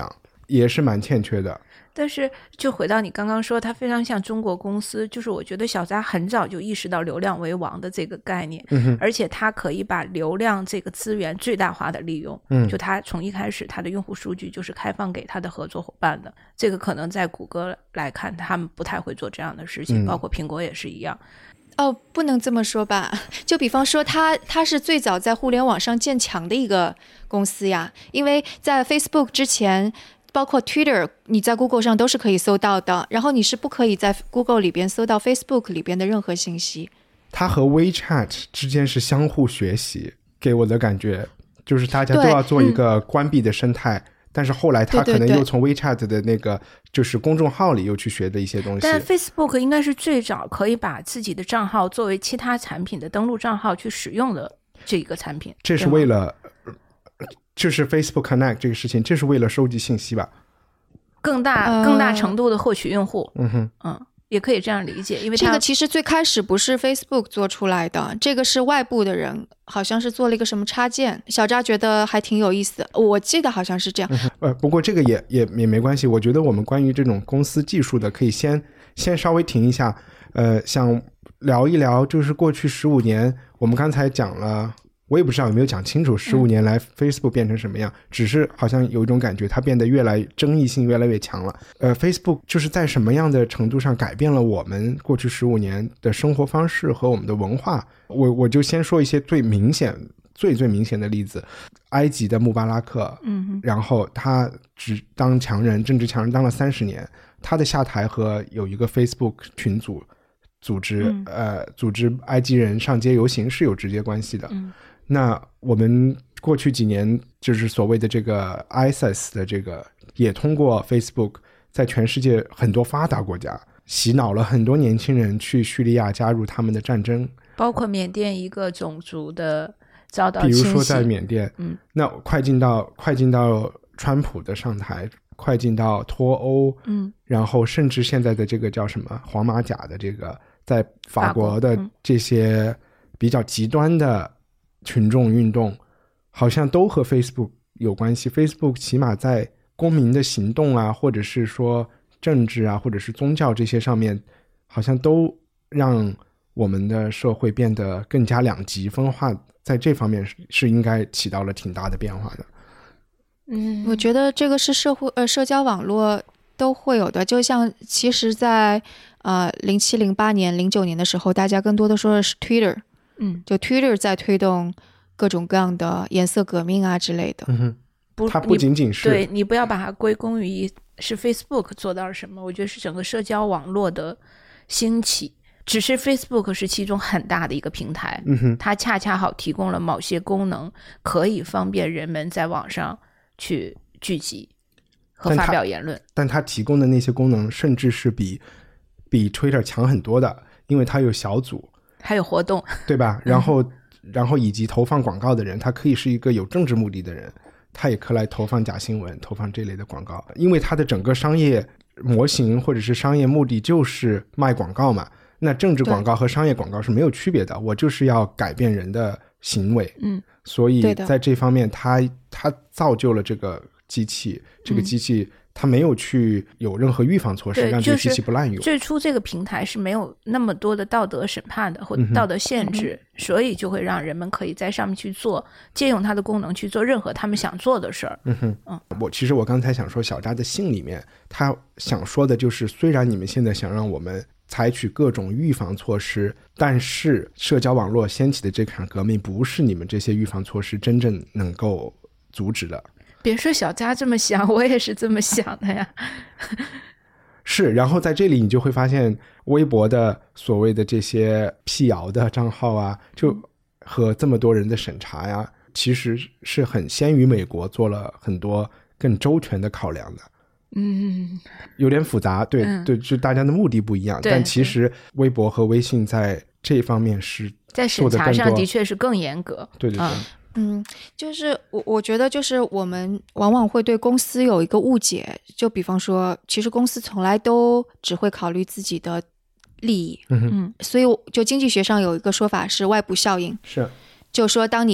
也是蛮欠缺的。 但是就回到你刚刚说它非常像中国公司，就是我觉得小扎很早就意识到流量为王的这个概念、 嗯、 而且它可以把流量这个资源最大化的利用、 嗯、 就它从一开始它的用户数据就是开放给它的合作伙伴的，这个可能在谷歌来看他们不太会做这样的事情、嗯、包括苹果也是一样。 哦，不能这么说吧，就比方说它它是最早在互联网上建墙的一个公司呀，因为在 Facebook 之前包括 Twitter 你在 Google 上都是可以搜到的，然后你是不可以在 Google 里边搜到 Facebook 里边的任何信息。 它和 WeChat 之间是相互学习，给我的感觉就是大家都要做一个关闭的生态、嗯、但是后来他可能又从 WeChat 的那个就是公众号里又去学的一些东西。 但 Facebook 应该是最早可以把自己的账号作为其他产品的登录账号去使用的这一个产品。 这是为了就是 Facebook Connect 这个事情，这是为了收集信息吧， 更大更大程度的获取用户。 嗯哼， 嗯，也可以这样理解，因为这个其实最开始不是 Facebook 做出来的，这个是外部的人，好像是做了一个什么插件，小扎觉得还挺有意思的，我记得好像是这样。 嗯、呃，不过这个也也也没关系，我觉得我们关于这种公司技术的可以先先稍微停一下，呃，想聊一聊就是过去十五年，我们刚才讲了。我也不知道有没有讲清楚十五年来 Facebook 变成什么样、嗯、只是好像有一种感觉它变得越来争议性越来越强了。呃 Facebook 就是在什么样的程度上改变了我们过去十五年的生活方式和我们的文化。我我就先说一些最明显最最明显的例子。埃及的穆巴拉克， 嗯， 然后他只当强人政治强人当了三十年，他的下台和有一个 Facebook 群组组织、嗯、呃组织埃及人上街游行是有直接关系的。 嗯， 那我们过去几年就是所谓的这个 I S I S 的这个也通过 Facebook 在全世界很多发达国家洗脑了很多年轻人去叙利亚加入他们的战争， 包括缅甸一个种族的遭到侵袭， 比如说在缅甸， 嗯， 那快进到快进到川普的上台，快进到脱欧， 嗯， 然后甚至现在的这个叫什么黄马甲的这个在法国的这些比较极端的群众运动好像都和 Facebook 有关系。 Facebook 起码在公民的行动啊，或者是说政治啊，或者是宗教这些上面好像都让我们的社会变得更加两极分化，在这方面是应该起到了挺大的变化的。 嗯，我觉得这个是社会呃社交网络都会有的，就像其实在呃零七零八年零九年的时候，大家更多的说的是 Twitter， 嗯， 就 Twitter 在推动各种各样的颜色革命啊之类的。 嗯哼， 不， 它不仅仅是对，你不要把它归功于是 Facebook 做到了什么，我觉得是整个社交网络的兴起，只是 Facebook 是其中很大的一个平台， 嗯哼， 它恰恰好提供了某些功能，可以方便人们在网上去聚集和发表言论。 但它提供的那些功能甚至是比比 Twitter 强很多的，因为它有小组， 还有活动， 对吧？然后、嗯、然后以及投放广告的人，他可以是一个有政治目的的人，他也可以来投放假新闻，投放这类的广告，因为他的整个商业模型或者是商业目的就是卖广告嘛。那政治广告和商业广告是没有区别的，我就是要改变人的行为。 嗯， 所以在这方面他他造就了这个机器，这个机器它没有去有任何预防措施让这个机器不滥用、 就是、最初这个平台是没有那么多的道德审判的或道德限制、嗯、所以就会让人们可以在上面去做，借用它的功能去做任何他们想做的事儿。 嗯哼， 嗯， 我其实我刚才想说小扎的信里面他想说的就是，虽然你们现在想让我们采取各种预防措施，但是社交网络掀起的这场革命不是你们这些预防措施真正能够阻止的。 别说小扎这么想，我也是这么想的呀。 是，然后在这里你就会发现微博的所谓的这些辟谣的账号啊，就和这么多人的审查呀，其实是很先于美国做了很多更周全的考量的。 嗯， 有点复杂，对、嗯、对，就大家的目的不一样，但其实微博和微信在这方面是在审查上的确是更严格。 对对对。 嗯嗯，就是我我觉得就是我们往往会对公司有一个误解，就比方说其实公司从来都只会考虑自己的利益。 嗯哼， 所以就经济学上有一个说法是外部效应， 是就说当你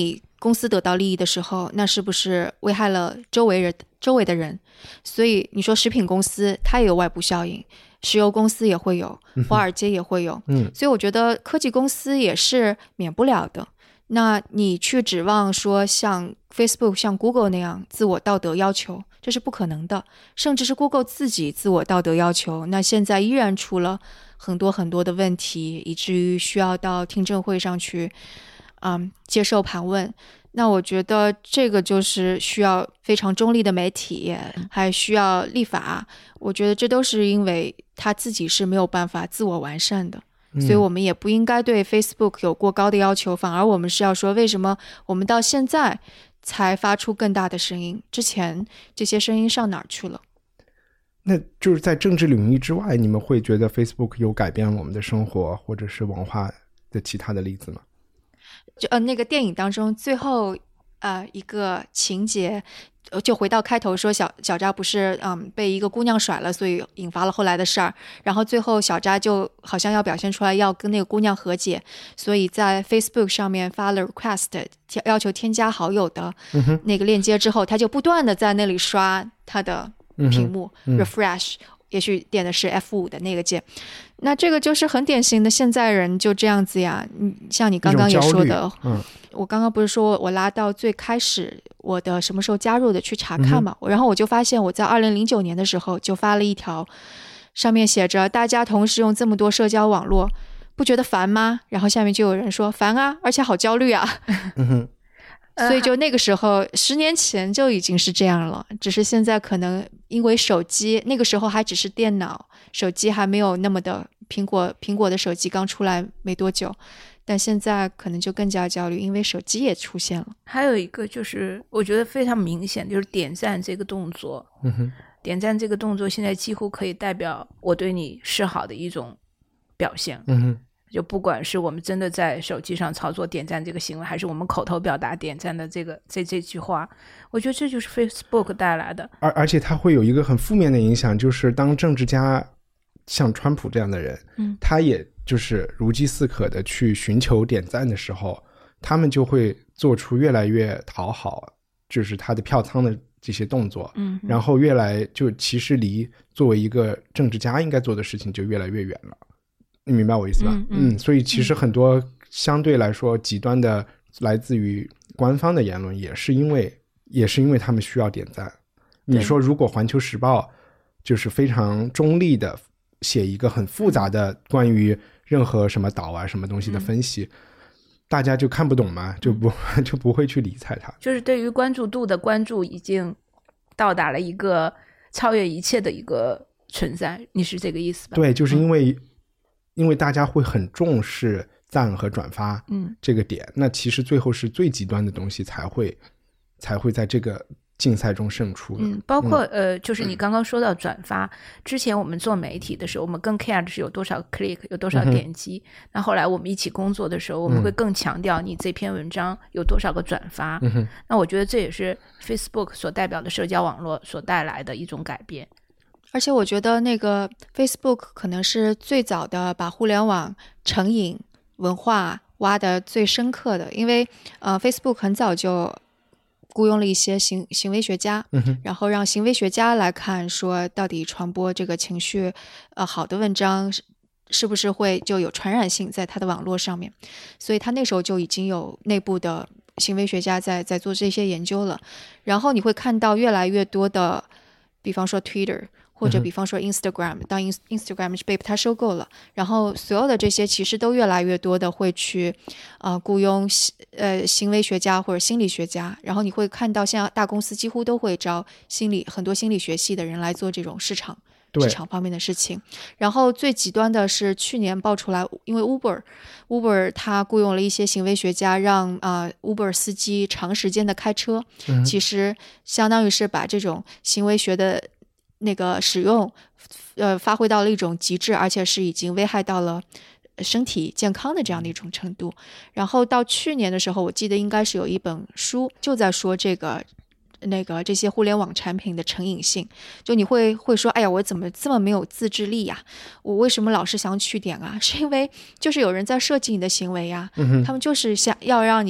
公司得到利益的时候，那是不是危害了周围人周围的人？所以你说食品公司它也有外部效应，石油公司也会有，华尔街也会有， 嗯， 所以我觉得科技公司也是免不了的。那你去指望说像 Facebook 像 Google 那样自我道德要求，这是不可能的，甚至是 Google 自己自我道德要求，那现在依然出了很多很多的问题，以至于需要到听证会上去嗯，接受盘问。那我觉得这个就是需要非常中立的媒体，还需要立法，我觉得这都是因为他自己是没有办法自我完善的，所以我们也不应该对 Facebook 有过高的要求，反而我们是要说为什么我们到现在才发出更大的声音，之前这些声音上哪儿去了？ 那就是在政治领域之外，你们会觉得 Facebook 有改变我们的生活或者是文化的其他的例子吗？ 就呃，那个电影当中最后呃一个情节，就回到开头说小小扎不是嗯被一个姑娘甩了，所以引发了后来的事儿，然后最后小扎就好像要表现出来要跟那个姑娘和解，所以在 Facebook 上面发了 request 要求添加好友的那个链接之后，他就不断的在那里刷他的屏幕、嗯、refresh， 也许点的是 F 五 的那个键。那这个就是很典型的现在人就这样子呀，像你刚刚也说的，嗯，我刚刚不是说我拉到最开始我的什么时候加入的去查看嘛、嗯、然后我就发现我在二零零九年的时候就发了一条，上面写着大家同时用这么多社交网络不觉得烦吗？然后下面就有人说烦啊，而且好焦虑啊。嗯哼，所以就那个时候十年前就已经是这样了，只是现在可能因为手机，那个时候还只是电脑，手机还没有那么的苹果苹果的手机刚出来没多久，但现在可能就更加焦虑，因为手机也出现了。 还有一个就是我觉得非常明显，就是点赞这个动作、嗯、哼点赞这个动作现在几乎可以代表我对你示好的一种表现。嗯哼，就不管是我们真的在手机上操作点赞这个行为，还是我们口头表达点赞的这个这这句话，我觉得这就是 Facebook 带来的。 而而且它会有一个很负面的影响，就是当政治家像川普这样的人、嗯、他也就是如饥似渴的去寻求点赞的时候，他们就会做出越来越讨好就是他的票仓的这些动作，嗯，然后越来就其实离作为一个政治家应该做的事情就越来越远了。你明白我意思吧？ 嗯, 嗯, 嗯所以其实很多相对来说极端的来自于官方的言论也是因为也是因为他们需要点赞。你说如果环球时报就是非常中立的写一个很复杂的关于任何什么岛啊什么东西的分析、嗯、大家就看不懂嘛，就不就不会去理睬它。 就是对于关注度的关注已经到达了一个超越一切的一个存在，你是这个意思吧？ 对，就是因为、嗯因为大家会很重视赞和转发这个点、嗯、那其实最后是最极端的东西才会才会在这个竞赛中胜出的。 嗯，包括、嗯、呃，就是你刚刚说到转发、嗯、之前我们做媒体的时候，我们更 care 的是有多少 click 有多少点击、嗯、那后来我们一起工作的时候，我们会更强调你这篇文章有多少个转发、嗯、那我觉得这也是 Facebook 所代表的社交网络所带来的一种改变。 而且我觉得那个 Facebook 可能是最早的把互联网成瘾文化挖得最深刻的，因为呃 Facebook 很早就雇佣了一些行行为学家、嗯、然后让行为学家来看说到底传播这个情绪呃好的文章是不是会就有传染性在它的网络上面，所以他那时候就已经有内部的行为学家在在做这些研究了。然后你会看到越来越多的比方说 Twitter或者比方说 Instagram、嗯、当 Instagram 被它收购了，然后所有的这些其实都越来越多的会去呃雇佣呃行为学家或者心理学家，然后你会看到像大公司几乎都会招心理很多心理学系的人来做这种市场市场方面的事情。然后最极端的是去年爆出来，因为 Uber Uber 它雇佣了一些行为学家让啊、呃、Uber 司机长时间的开车、嗯、其实相当于是把这种行为学的那个使用呃发挥到了一种极致，而且是已经危害到了身体健康的这样的一种程度。然后到去年的时候，我记得应该是有一本书就在说这个那个这些互联网产品的成瘾性，就你会会说哎呀我怎么这么没有自制力呀，我为什么老是想取点啊，是因为就是有人在设计你的行为呀、嗯、他们就是想要让你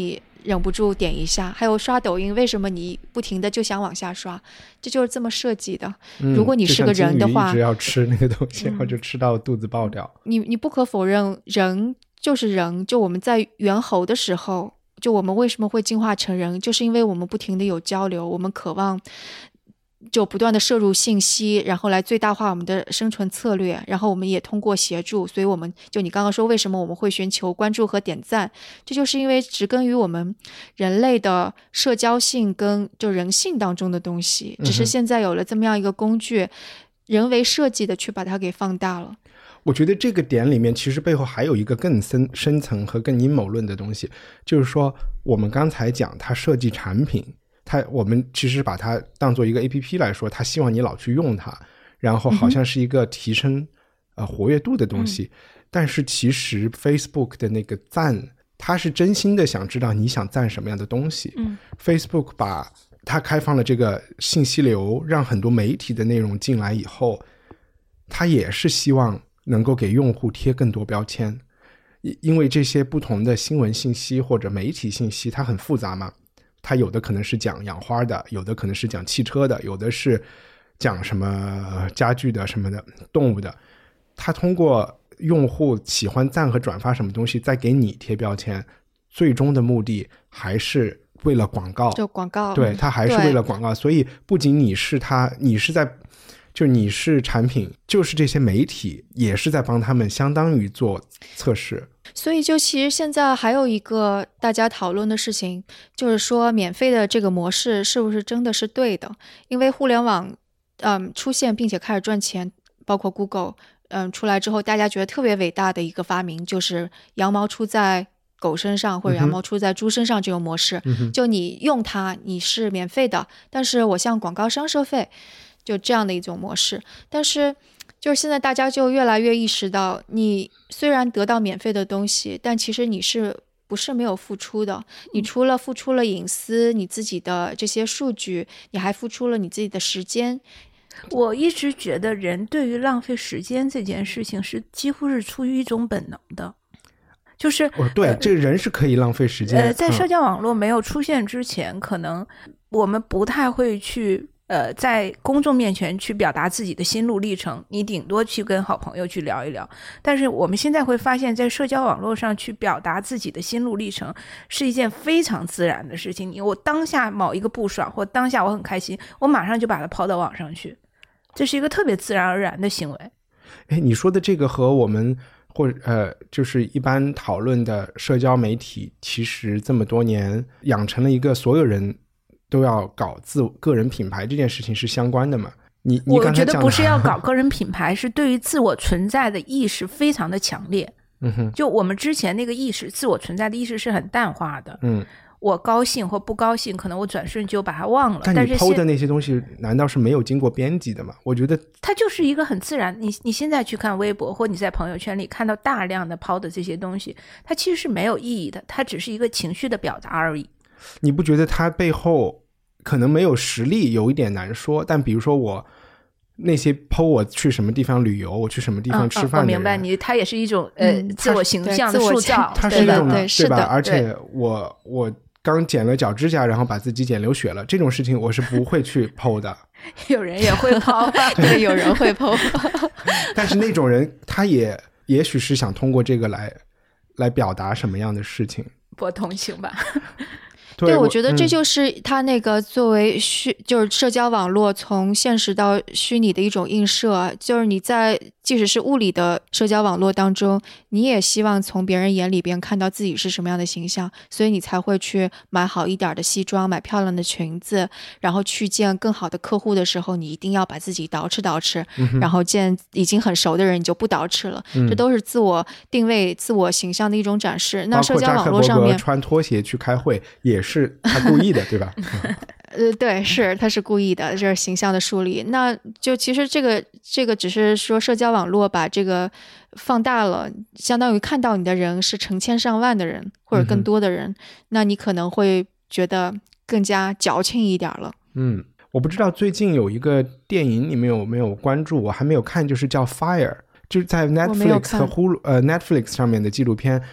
忍不住点一下。还有刷抖音，为什么你不停的就想往下刷？这就是这么设计的。 嗯、 如果你是个人的话， 一直要吃那个东西，然后就吃到肚子爆掉。 你你不可否认，人就是人。就我们在猿猴的时候，就我们为什么会进化成人，就是因为我们不停的有交流，我们渴望就不断的摄入信息，然后来最大化我们的生存策略，然后我们也通过协助，所以我们就你刚刚说为什么我们会寻求关注和点赞，这就是因为植根于我们人类的社交性跟就人性当中的东西，只是现在有了这么样一个工具、嗯、人为设计的去把它给放大了。 我觉得这个点里面其实背后还有一个更深深层和更阴谋论的东西，就是说我们刚才讲它设计产品，它我们其实把它当做一个 A P P 来说，它希望你老去用它，然后好像是一个提升、嗯、呃活跃度的东西、嗯、但是其实 Facebook 的那个赞，它是真心的想知道你想赞什么样的东西、嗯、Facebook 把它开放了这个信息流，让很多媒体的内容进来以后，它也是希望能够给用户贴更多标签，因为这些不同的新闻信息或者媒体信息它很复杂嘛，它有的可能是讲养花的，有的可能是讲汽车的，有的是讲什么家具的什么的动物的，它通过用户喜欢赞和转发什么东西再给你贴标签，最终的目的还是为了广告， 就广告， 对，它还是为了广告。所以不仅你是他你是在就你是产品，就是这些媒体也是在帮他们相当于做测试。 所以就其实现在还有一个大家讨论的事情，就是说免费的这个模式是不是真的是对的。因为互联网嗯出现并且开始赚钱，包括 Google 嗯出来之后，大家觉得特别伟大的一个发明就是羊毛出在狗身上或者羊毛出在猪身上这种模式、嗯、就你用它你是免费的，但是我向广告商收费，就这样的一种模式。但是就是现在大家就越来越意识到，你虽然得到免费的东西，但其实你是不是没有付出的，你除了付出了隐私你自己的这些数据，你还付出了你自己的时间。 我一直觉得人对于浪费时间这件事情是几乎是出于一种本能的，就是、 哦、对、呃、这个人是可以浪费时间、 呃、在社交网络没有出现之前、嗯、可能我们不太会去呃，在公众面前去表达自己的心路历程，你顶多去跟好朋友去聊一聊。但是我们现在会发现，在社交网络上去表达自己的心路历程是一件非常自然的事情。你我当下某一个不爽，或当下我很开心，我马上就把它抛到网上去，这是一个特别自然而然的行为。 哎，你说的这个和我们或者呃，就是一般讨论的社交媒体，其实这么多年养成了一个所有人都要搞自个人品牌这件事情是相关的嘛？你你刚才讲的， 我觉得不是要搞个人品牌，是对于自我存在的意识非常的强烈。嗯哼，就我们之前那个意识，自我存在的意识是很淡化的。嗯，我高兴或不高兴，可能我转瞬就把它忘了。 但你 P O 的那些东西，难道是没有经过编辑的吗？我觉得它就是一个很自然。你你现在去看微博，或你在朋友圈里看到大量的 P O 的这些东西，它其实是没有意义的，它只是一个情绪的表达而已。 你不觉得它背后可能没有实力有一点难说，但比如说我那些 P O 我去什么地方旅游，我去什么地方吃饭的人、嗯嗯、我明白你，它也是一种呃、嗯、自我形象的塑造， 它是一种对, 对, 对吧？ 而且我我刚剪了脚指甲，然后把自己剪流血了，这种事情我是不会去 P O 的。 有人也会 P O 对，有人会 P O 但是那种人他也也许是想通过这个来来表达什么样的事情， 我同情吧。 对, 对，我觉得这就是他那个作为虚、嗯、就是社交网络从现实到虚拟的一种映射，就是你在即使是物理的社交网络当中，你也希望从别人眼里边看到自己是什么样的形象，所以你才会去买好一点的西装，买漂亮的裙子，然后去见更好的客户的时候，你一定要把自己捯饬捯饬、嗯、然后见已经很熟的人你就不捯饬了、嗯、这都是自我定位自我形象的一种展示。那社交网络上面包括扎克伯格穿拖鞋去开会也是他故意的对吧？ 呃，对，是他是故意的，这是形象的树立。那就其实这个这个只是说社交网络把这个放大了，相当于看到你的人是成千上万的人或者更多的人、嗯、那你可能会觉得更加矫情一点了。 嗯，我不知道最近有一个电影你们有没有关注，我还没有看，就是叫 Fire， 就是在 Netflix 和 Hulu 呃 Netflix 上面的纪录片，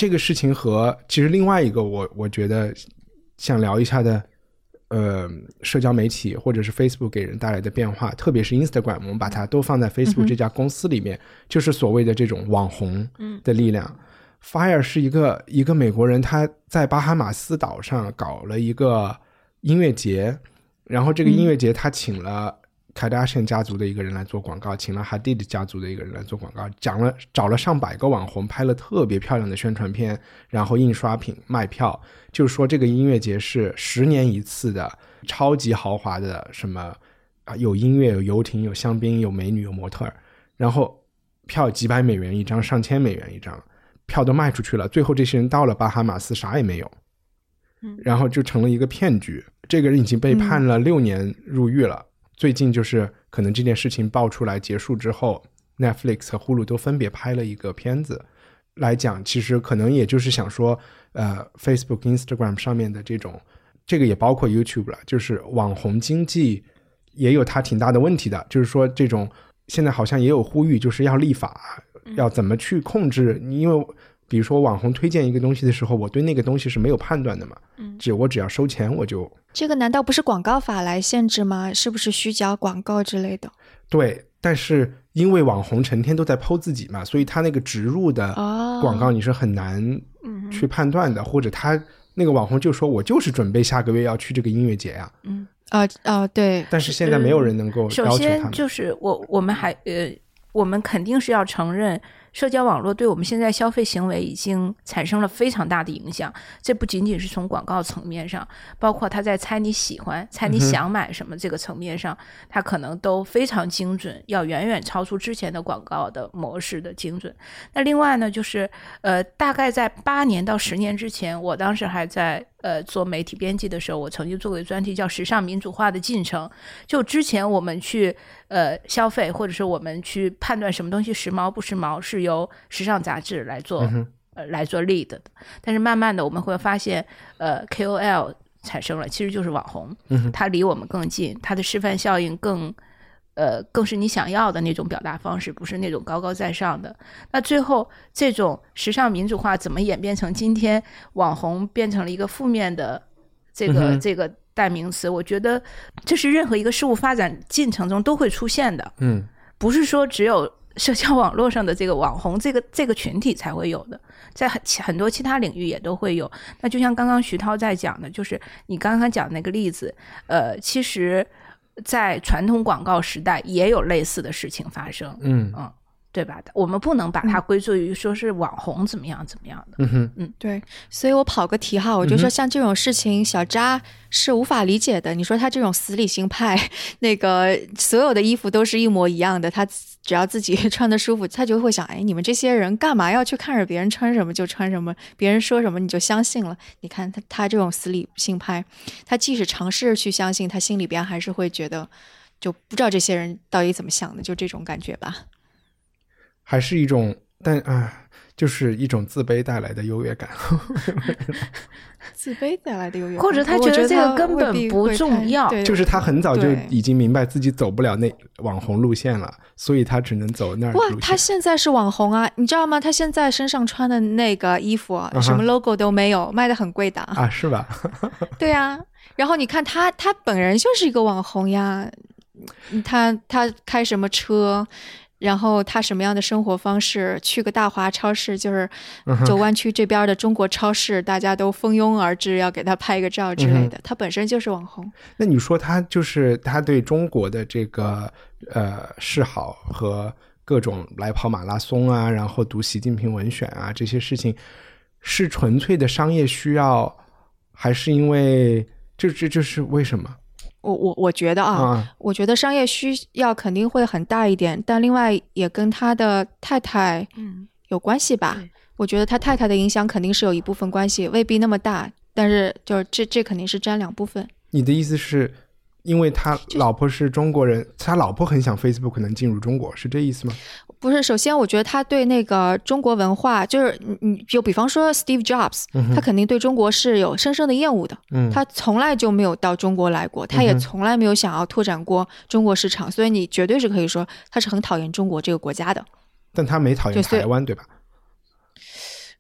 这个事情和其实另外一个我我觉得想聊一下的呃，社交媒体或者是 Facebook 给人带来的变化，特别是 Instagram 我们把它都放在 Facebook 这家公司里面、嗯、就是所谓的这种网红的力量、嗯、Fire 是一个一个美国人，他在巴哈马斯岛上搞了一个音乐节，然后这个音乐节他请了 Kardashian 家族的一个人来做广告，请了 Hadid 家族的一个人来做广告，讲了找了上百个网红，拍了特别漂亮的宣传片，然后印刷品卖票，就是说这个音乐节是十年一次的超级豪华的，什么有音乐有游艇有香槟有美女有模特，然后票几百美元一张上千美元一张，票都卖出去了，最后这些人到了巴哈马斯啥也没有，然后就成了一个骗局。这个人已经被判了六年入狱了、嗯、最近就是可能这件事情爆出来结束之后 Netflix 和 Hulu 都分别拍了一个片子来讲，其实可能也就是想说呃 Facebook Instagram 上面的这种，这个也包括 YouTube 了，就是网红经济也有它挺大的问题的，就是说这种现在好像也有呼吁，就是要立法，要怎么去控制，因为比如说网红推荐一个东西的时候，我对那个东西是没有判断的嘛，嗯，只我只要收钱我就， 这个难道不是广告法来限制吗？是不是虚假广告之类的？ 对，但是因为网红成天都在 po 自己嘛，所以他那个植入的广告你是很难去判断的、哦、或者他那个网红就说我就是准备下个月要去这个音乐节呀、啊， 嗯啊啊对， 但是现在没有人能够要求他们、 嗯、首先就是我我们还呃我们肯定是要承认社交网络对我们现在消费行为已经产生了非常大的影响，这不仅仅是从广告层面上，包括他在猜你喜欢猜你想买什么这个层面上、嗯、他可能都非常精准，要远远超出之前的广告的模式的精准。那另外呢就是呃，大概在八年到十年之前，我当时还在呃做媒体编辑的时候，我曾经做过一个专题叫时尚民主化的进程，就之前我们去呃消费或者是我们去判断什么东西时髦不时髦是由时尚杂志来做、嗯呃、来做 lead 的，但是慢慢的我们会发现呃 K O L 产生了，其实就是网红、嗯、它离我们更近，它的示范效应更呃更是你想要的那种表达方式，不是那种高高在上的。那最后这种时尚民主化怎么演变成今天网红变成了一个负面的这个、嗯、这个代名词，我觉得这是任何一个事物发展进程中都会出现的，嗯，不是说只有社交网络上的这个网红这个这个群体才会有的，在很很多其他领域也都会有。那就像刚刚徐涛在讲的，就是你刚刚讲那个例子，呃，其实在传统广告时代也有类似的事情发生，嗯嗯，对吧？我们不能把它归罪于说是网红怎么样怎么样的。嗯哼， 嗯，对。所以我跑个题哈，我就说像这种事情，小扎是无法理解的。你说他这种死理性派，那个所有的衣服都是一模一样的，他只要自己穿得舒服，他就会想，哎，你们这些人干嘛要去看着别人穿什么就穿什么，别人说什么你就相信了？你看他他这种死理性派，他即使尝试去相信，他心里边还是会觉得，就不知道这些人到底怎么想的，就这种感觉吧。 还是一种，但啊，就是一种自卑带来的优越感。 自卑带来的优越感， 或者他觉得这个根本不重要， 就是他很早就已经明白自己走不了那网红路线了，所以他只能走那儿路线。 哇，他现在是网红啊，你知道吗？他现在身上穿的那个衣服、啊 uh-huh. 什么 logo 都没有，卖的很贵的啊，是吧？ 对啊，然后你看他，他本人就是一个网红呀，他他开什么车？然后他什么样的生活方式，去个大华超市，就是九湾区这边的中国超市、嗯、大家都蜂拥而至要给他拍个照之类的、嗯、他本身就是网红。 那你说他就是他对中国的这个呃示好和各种来跑马拉松啊，然后读习近平文选啊，这些事情是纯粹的商业需要，还是因为这这就是为什么？ 我我我觉得啊、嗯，我觉得商业需要肯定会很大一点，但另外也跟他的太太有关系吧。嗯、我觉得他太太的影响肯定是有一部分关系，未必那么大，但是就这这肯定是占两部分。 你的意思是因为他老婆是中国人，他老婆很想 Facebook 能进入中国，是这意思吗？ 不是，首先我觉得他对那个中国文化，就是你就比方说 Steve Jobs、嗯、他肯定对中国是有深深的厌恶的、嗯、他从来就没有到中国来过，他也从来没有想要拓展过中国市场、嗯、所以你绝对是可以说他是很讨厌中国这个国家的。 但他没讨厌台湾对吧？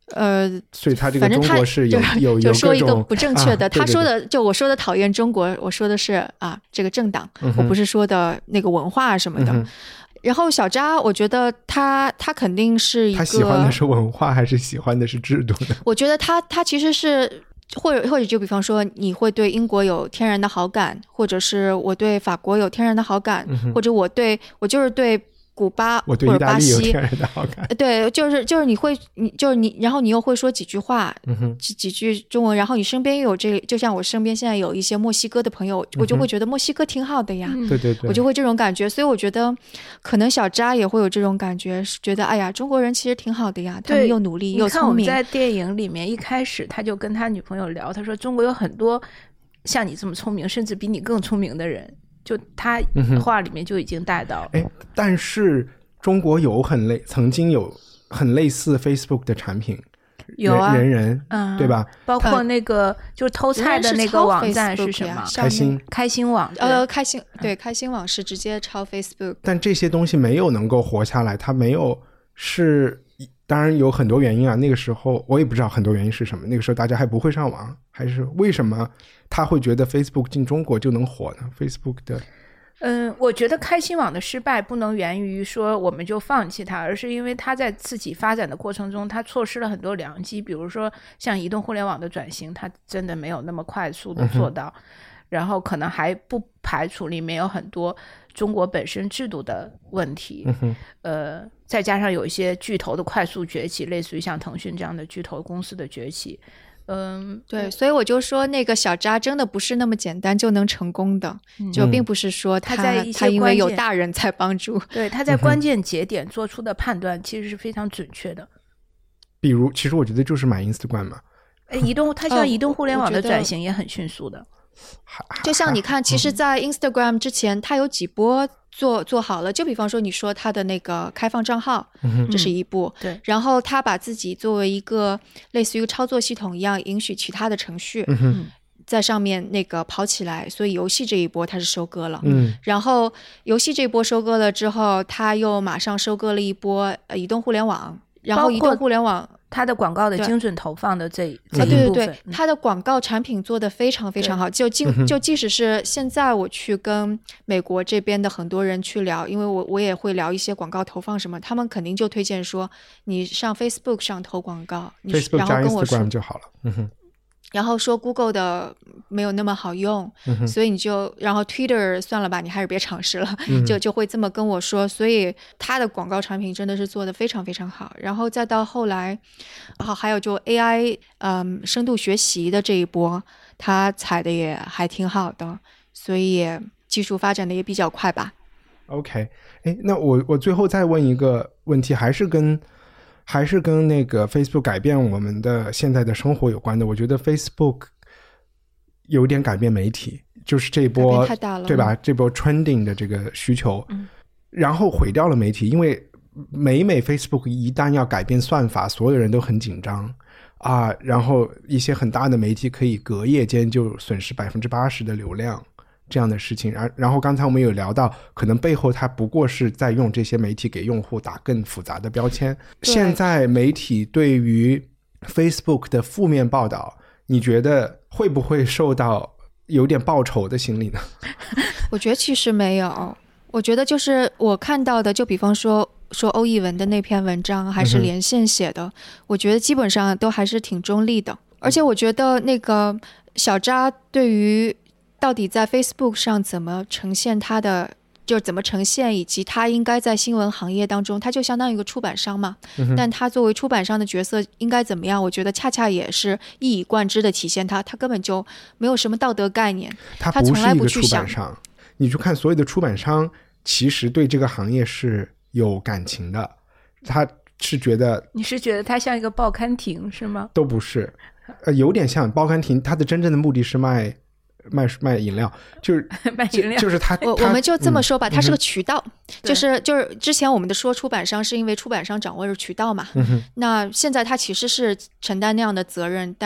呃， 所以他这个反正他中国是有有有就说一个各种不正确的， 啊对对他说的就我说的讨厌中国，我说的是啊这个政党， 嗯、 我不是说的那个文化什么的。 嗯、 然后小扎，我觉得他他肯定是一个， 他喜欢的是文化还是喜欢的是制度呢？ 我觉得他他其实是。或者或者就比方说你会对英国有天然的好感，或者是我对法国有天然的好感、嗯、或者我对我就是对古巴我对意大利有天然的好感， 对，就是就是你会你就是你，然后你又会说几句话， 嗯、 几几句中文，然后你身边又有这，就像我身边现在有一些墨西哥的朋友，我就会觉得墨西哥挺好的呀， 嗯、对对对， 我就会这种感觉，所以我觉得可能小扎也会有这种感觉，觉得哎呀，中国人其实挺好的呀，他们又努力又聪明。 你看我们在电影里面一开始他就跟他女朋友聊，他说中国有很多像你这么聪明，甚至比你更聪明的人。就他话里面就已经带到了、 嗯、但是中国有很类曾经有很类似 Facebook 的产品， 有啊， 人人、 嗯、 对吧？ 包括那个、呃、就是偷菜的那个网站是什么？ 开心开心网， 呃，开心对，开心网是直接抄 Facebook， 但这些东西没有能够活下来，它没有是。当然有很多原因啊，那个时候我也不知道很多原因是什么，那个时候大家还不会上网，还是为什么他会觉得 Facebook 进中国就能火呢？ Facebook 的嗯，我觉得开心网的失败不能源于说我们就放弃它，而是因为它在自己发展的过程中它错失了很多良机，比如说像移动互联网的转型，它真的没有那么快速的做到、嗯、然后可能还不排除里面有很多中国本身制度的问题、 嗯、 呃，再加上有一些巨头的快速崛起，类似于像腾讯这样的巨头公司的崛起，嗯， 对，所以我就说那个小扎真的不是那么简单就能成功的、嗯、就并不是说 他, 他在一些他因为有大人在帮助， 对，他在关键节点做出的判断其实是非常准确的。 比如其实我觉得就是买 Instagram 嘛， 移动它像移动互联网的转型也很迅速的、 哦、就像你看其实在 Instagram 之前它有几波做做好了，就比方说你说他的那个开放账号、嗯、这是一步、 嗯、对， 然后他把自己作为一个类似于操作系统一样允许其他的程序、 嗯、 在上面那个跑起来，所以游戏这一波他是收割了、 嗯、 然后游戏这一波收割了之后他又马上收割了一波、呃、移动互联网，然后移动互联网它的广告的精准投放的这这一部分、啊、 对对对，它的广告产品做得非常非常好，就即就即使是现在我去跟美国这边的很多人去聊，因为我我也会聊一些广告投放什么，他们肯定就推荐说你上 Facebook 上投广告，你 Facebook 然后跟我说 Instagram 就好了，嗯哼， 然后说 Google 的没有那么好用、 嗯、 所以你就然后 Twitter 算了吧，你还是别尝试了、 嗯、 就就会这么跟我说，所以他的广告产品真的是做得非常非常好，然后再到后来然后还有就 A I 嗯深度学习的这一波他踩的也还挺好的，所以也技术发展的也比较快吧。 OK， 哎，那我我最后再问一个问题，还是跟还是跟那个 Facebook 改变我们的现在的生活有关的。我觉得 Facebook 有点改变媒体，就是这波太大了， 对吧、嗯、这波 trending 的这个需求、 嗯、 然后毁掉了媒体，因为每每 Facebook 一旦要改变算法，所有人都很紧张啊，然后一些很大的媒体可以隔夜间就损失 百分之八十 的流量这样的事情。然后刚才我们有聊到可能背后它不过是在用这些媒体给用户打更复杂的标签。现在媒体对于 Facebook 的负面报道，你觉得会不会受到有点报仇的心理呢？ 我觉得其实没有，我觉得就是我看到的，就比方说说欧艺文的那篇文章还是连线写的、嗯、我觉得基本上都还是挺中立的。而且我觉得那个小扎对于到底在 Facebook 上怎么呈现他的，就是怎么呈现，以及他应该在新闻行业当中，他就相当于一个出版商嘛、嗯、但他作为出版商的角色应该怎么样，我觉得恰恰也是一以贯之的体现他他根本就没有什么道德概念， 他从来不去想。你去看所有的出版商其实对这个行业是有感情的，他是觉得， 你是觉得他像一个报刊亭是吗？ 都不是，呃，有点像报刊亭，他的真正的目的是卖卖卖饮料，就是卖饮料， 就是他我我们就这么说吧，它、嗯、是个渠道， 嗯、 就是就是之前我们的说出版商是因为出版商掌握着渠道嘛， 嗯、 那现在他其实是承担那样的责任，但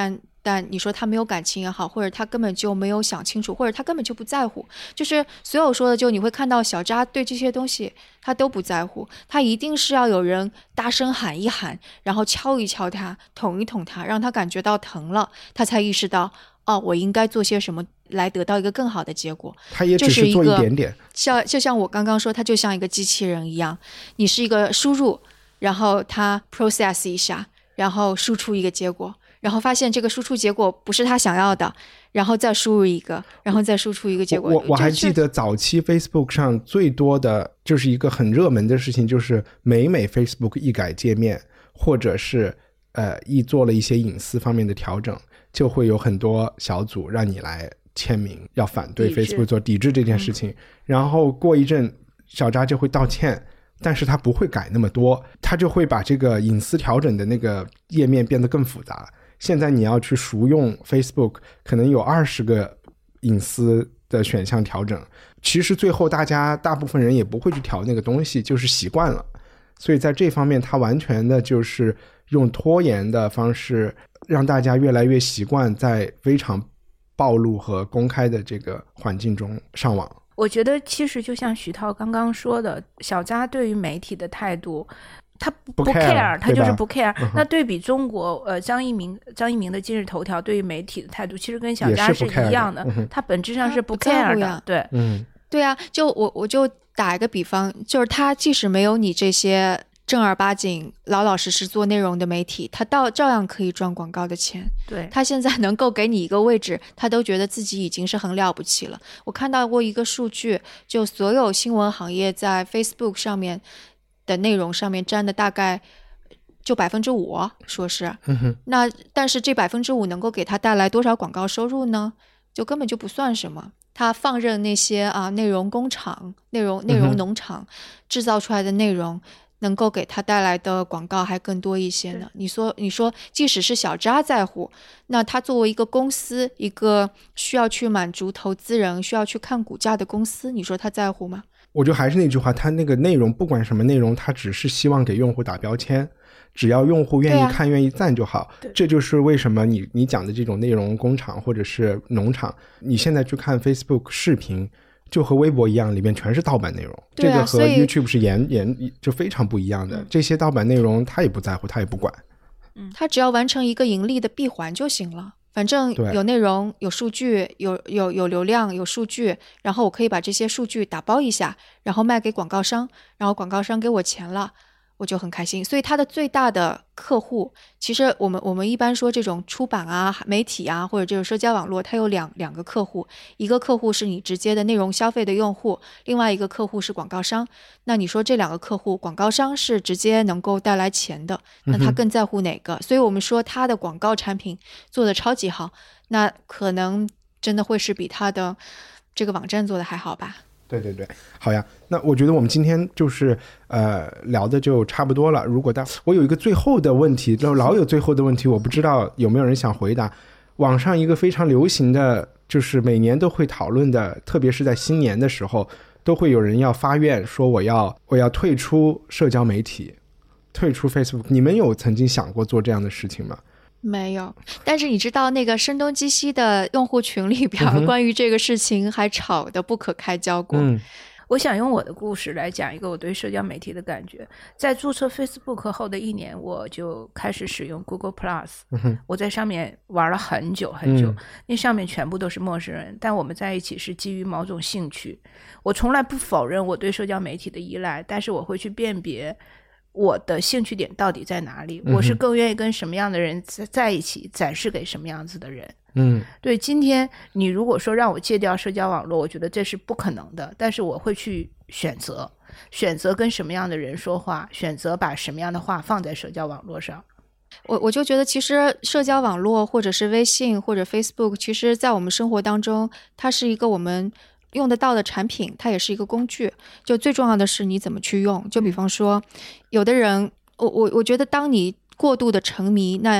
但你说他没有感情也好，或者他根本就没有想清楚，或者他根本就不在乎，就是所有说的，就你会看到小扎对这些东西他都不在乎，他一定是要有人大声喊一喊，然后敲一敲他，捅一捅他，让他感觉到疼了，他才意识到哦，我应该做些什么来得到一个更好的结果。 他也只是做一点点， 像就像我刚刚说，他就像一个机器人一样，你是一个输入，然后他 process 一下，然后输出一个结果，然后发现这个输出结果不是他想要的，然后再输入一个，然后再输出一个结果。 我我还记得早期 Facebook 上最多的就是一个很热门的事情，就是每每 Facebook 一改界面，或者是呃一做了一些隐私方面的调整，就会有很多小组让你来签名，要反对 Facebook 做抵制这件事情、嗯、然后过一阵小扎就会道歉，但是他不会改那么多，他就会把这个隐私调整的那个页面变得更复杂。现在你要去熟用 Facebook 可能有二十个隐私的选项调整，其实最后大家大部分人也不会去调那个东西，就是习惯了。所以在这方面他完全的就是用拖延的方式让大家越来越习惯在非常暴露和公开的这个环境中上网。 我觉得其实就像徐涛刚刚说的，小扎对于媒体的态度他不 care， 他就是不 care、嗯、那对比中国呃张一鸣张一鸣的今日头条对于媒体的态度其实跟小扎是一样的，他、嗯、本质上是不 care 的。对， 嗯，对啊，就我我就打一个比方，就是他即使没有你这些正儿八经老老实实做内容的媒体，他到照样可以赚广告的钱。 对， 他现在能够给你一个位置，他都觉得自己已经是很了不起了。我看到过一个数据，就所有新闻行业在 Facebook 上面的内容上面占的大概就百分之五，说是、 嗯、 那但是这百分之五能够给他带来多少广告收入呢？就根本就不算什么。他放任那些啊内容工厂、内容内容农场、嗯、制造出来的内容，能够给他带来的广告还更多一些呢。你说，你说，即使是小扎在乎，那他作为一个公司，一个需要去满足投资人、需要去看股价的公司，你说他在乎吗？ 我就还是那句话，他那个内容不管什么内容，他只是希望给用户打标签，只要用户愿意看、啊、愿意赞就好。这就是为什么你你讲的这种内容工厂或者是农场，你现在去看 Facebook 视频就和微博一样，里面全是盗版内容、啊、这个和 YouTube 是严严就非常不一样的、嗯、这些盗版内容他也不在乎，他也不管、 嗯、他只要完成一个盈利的闭环就行了，反正有内容有数据有有有流量有数据，然后我可以把这些数据打包一下，然后卖给广告商，然后广告商给我钱了，我就很开心。所以他的最大的客户，其实我们我们一般说这种出版啊媒体啊或者这种社交网络，它有两两个客户，一个客户是你直接的内容消费的用户，另外一个客户是广告商。那你说这两个客户，广告商是直接能够带来钱的，那他更在乎哪个、嗯、所以我们说他的广告产品做的超级好，那可能真的会是比他的这个网站做的还好吧。 对对对，好呀。那我觉得我们今天就是呃聊的就差不多了。如果大我有一个最后的问题，就老有最后的问题，我不知道有没有人想回答。网上一个非常流行的就是每年都会讨论的，特别是在新年的时候，都会有人要发愿说我要我要退出社交媒体，退出 Facebook。你们有曾经想过做这样的事情吗？ 没有，但是你知道那个声东击西的用户群里边关于这个事情还吵得不可开交过、 嗯、 我想用我的故事来讲一个我对社交媒体的感觉。在注册 Facebook 后的一年，我就开始使用 Google Plus、嗯、我在上面玩了很久很久、嗯、那上面全部都是陌生人，但我们在一起是基于某种兴趣。我从来不否认我对社交媒体的依赖，但是我会去辨别我的兴趣点到底在哪里，我是更愿意跟什么样的人在一起，展示给什么样子的人。 嗯， 对，今天你如果说让我戒掉社交网络，我觉得这是不可能的，但是我会去选择选择跟什么样的人说话，选择把什么样的话放在社交网络上。 我我就觉得其实社交网络或者是微信或者 Facebook， 其实在我们生活当中它是一个我们用得到的产品，它也是一个工具，就最重要的是你怎么去用。就比方说有的人我我我觉得当你过度的沉迷，那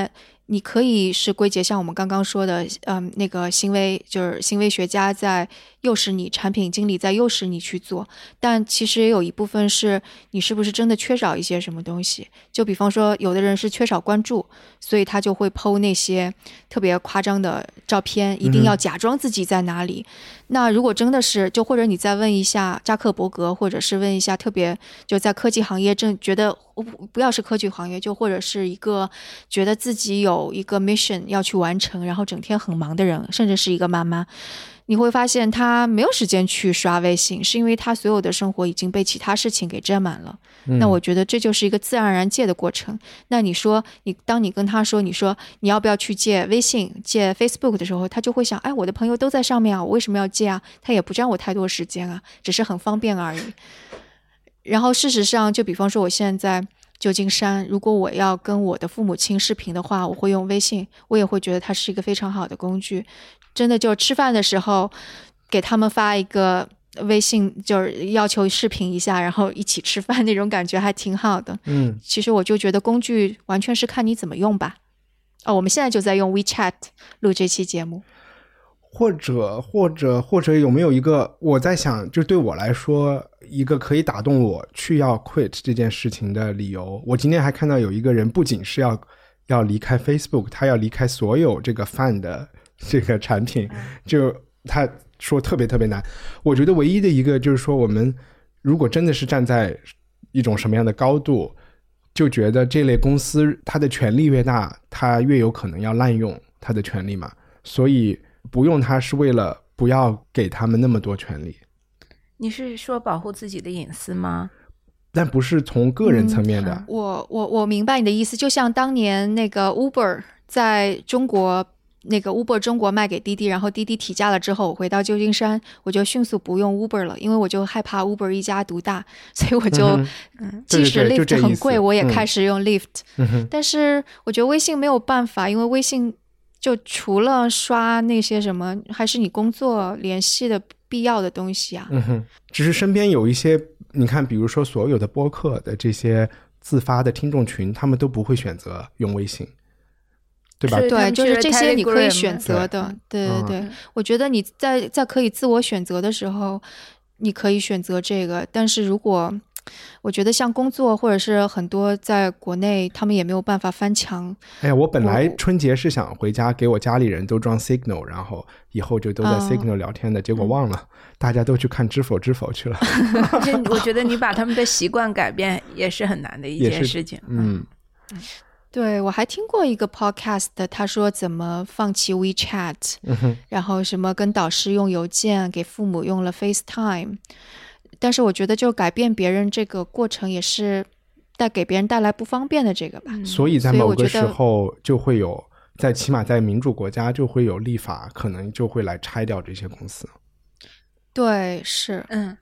你可以是归结像我们刚刚说的，嗯，那个行为就是行为学家在诱使你，产品经理在诱使你去做，但其实也有一部分是你是不是真的缺少一些什么东西。就比方说有的人是缺少关注，所以他就会 po 那些特别夸张的照片，一定要假装自己在哪里、嗯、那如果真的是，就或者你再问一下扎克伯格，或者是问一下特别就在科技行业正觉得不要是科技行业，就或者是一个觉得自己有一个 mission 要去完成，然后整天很忙的人，甚至是一个妈妈，你会发现他没有时间去刷微信，是因为他所有的生活已经被其他事情给占满了、嗯、那我觉得这就是一个自然而然戒的过程。那你说你当你跟他说你说你要不要去戒微信戒 Facebook 的时候，他就会想，哎，我的朋友都在上面啊，我为什么要戒啊？他也不占我太多时间啊，只是很方便而已。然后事实上就比方说我现在在旧金山，如果我要跟我的父母亲视频的话，我会用微信，我也会觉得它是一个非常好的工具。真的就吃饭的时候给他们发一个微信，就是要求视频一下，然后一起吃饭，那种感觉还挺好的。嗯，其实我就觉得工具完全是看你怎么用吧。哦，我们现在就在用 WeChat 录这期节目。 或者或者或者有没有一个，我在想就对我来说一个可以打动我去要 quit 这件事情的理由。我今天还看到有一个人不仅是要要离开 Facebook， 他要离开所有这个 fan 的这个产品，就他说特别特别难。我觉得唯一的一个就是说，我们如果真的是站在一种什么样的高度，就觉得这类公司它的权力越大，它越有可能要滥用它的权利嘛，所以不用它是为了不要给他们那么多权利。 你是说保护自己的隐私吗？ 但不是从个人层面的、嗯、 我我我明白你的意思。就像当年那个 Uber 在中国，那个 Uber 中国卖给滴滴，然后滴滴提价了之后，我回到旧金山我就迅速不用 Uber 了，因为我就害怕 Uber 一家独大，所以我就、嗯嗯、即使 Lyft 很贵我也开始用 Lyft、嗯、但是我觉得微信没有办法，因为微信就除了刷那些什么，还是你工作联系的必要的东西啊。 嗯哼，只是身边有一些，你看比如说所有的播客的这些自发的听众群，他们都不会选择用微信，对吧？ 对，就是这些你可以选择的。对对 对, 对、嗯、我觉得你在在可以自我选择的时候你可以选择这个，但是如果我觉得像工作或者是很多在国内他们也没有办法翻墙。 哎呀，我本来春节是想回家给我家里人都装 Signal， 然后以后就都在 Signal 聊天的、哦、结果忘了、嗯、大家都去看知否知否去了。 我觉得你把他们的习惯改变也是很难的一件事情。 嗯， 对，我还听过一个 podcast， 他说怎么放弃 WeChat、嗯、然后什么跟导师用邮件，给父母用了 FaceTime，但是我觉得就改变别人这个过程也是带给别人带来不方便的这个吧、嗯、 所以在某个时候就会有，在起码在民主国家就会有立法，可能就会来拆掉这些公司。 对，是。 嗯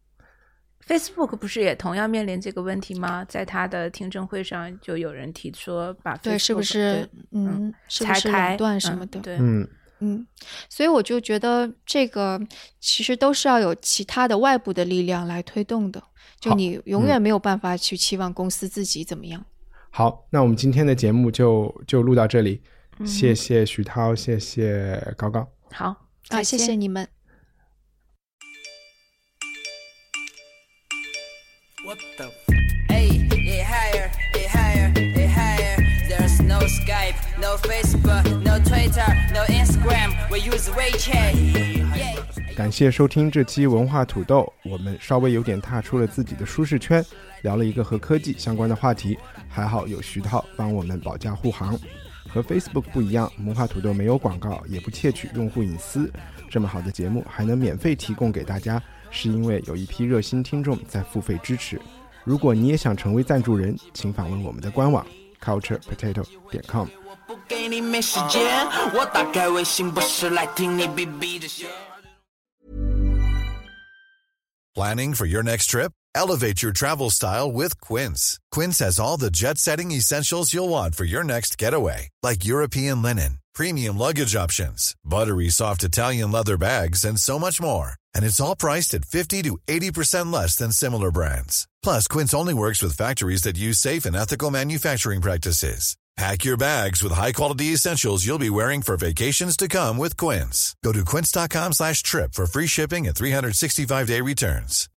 Facebook 不是也同样面临这个问题吗？在他的听证会上就有人提出把 Facebook 对是不是嗯是不是垄断什么的、 嗯、对嗯嗯，所以我就觉得这个其实都是要有其他的外部的力量来推动的，就你永远没有办法去期望公司自己怎么样。 好，那我们今天的节目就就录到这里、嗯、谢谢徐涛，谢谢高高。 好啊，谢谢你们。 What the f- Hey, it higher, it higher, it higher. There's no Skype, no Facebook, no Twitter, no Instagram. We use WeChat. Yeah. 感谢收听这期文化土豆，我们稍微有点踏出了自己的舒适圈，聊了一个和科技相关的话题，还好有徐涛帮我们保驾护航。和 Facebook 不一样，文化土豆没有广告，也不窃取用户隐私，这么好的节目还能免费提供给大家，是因为有一批热心听众在付费支持。如果你也想成为赞助人，请访问我们的官网 culture potato 点 com。 我不给你没时间，我打开微信不是来听你逼逼的笑。 Planning for your next trip? Elevate your travel style with Quince. Quince has all the jet-setting essentials you'll want for your next getaway, like European linen, premium luggage options, buttery soft Italian leather bags, and so much more. And it's all priced at fifty to eighty percent less than similar brands. Plus, Quince only works with factories that use safe and ethical manufacturing practices. Pack your bags with high-quality essentials you'll be wearing for vacations to come with Quince. Go to quince.com slash trip for free shipping and three sixty-five day returns.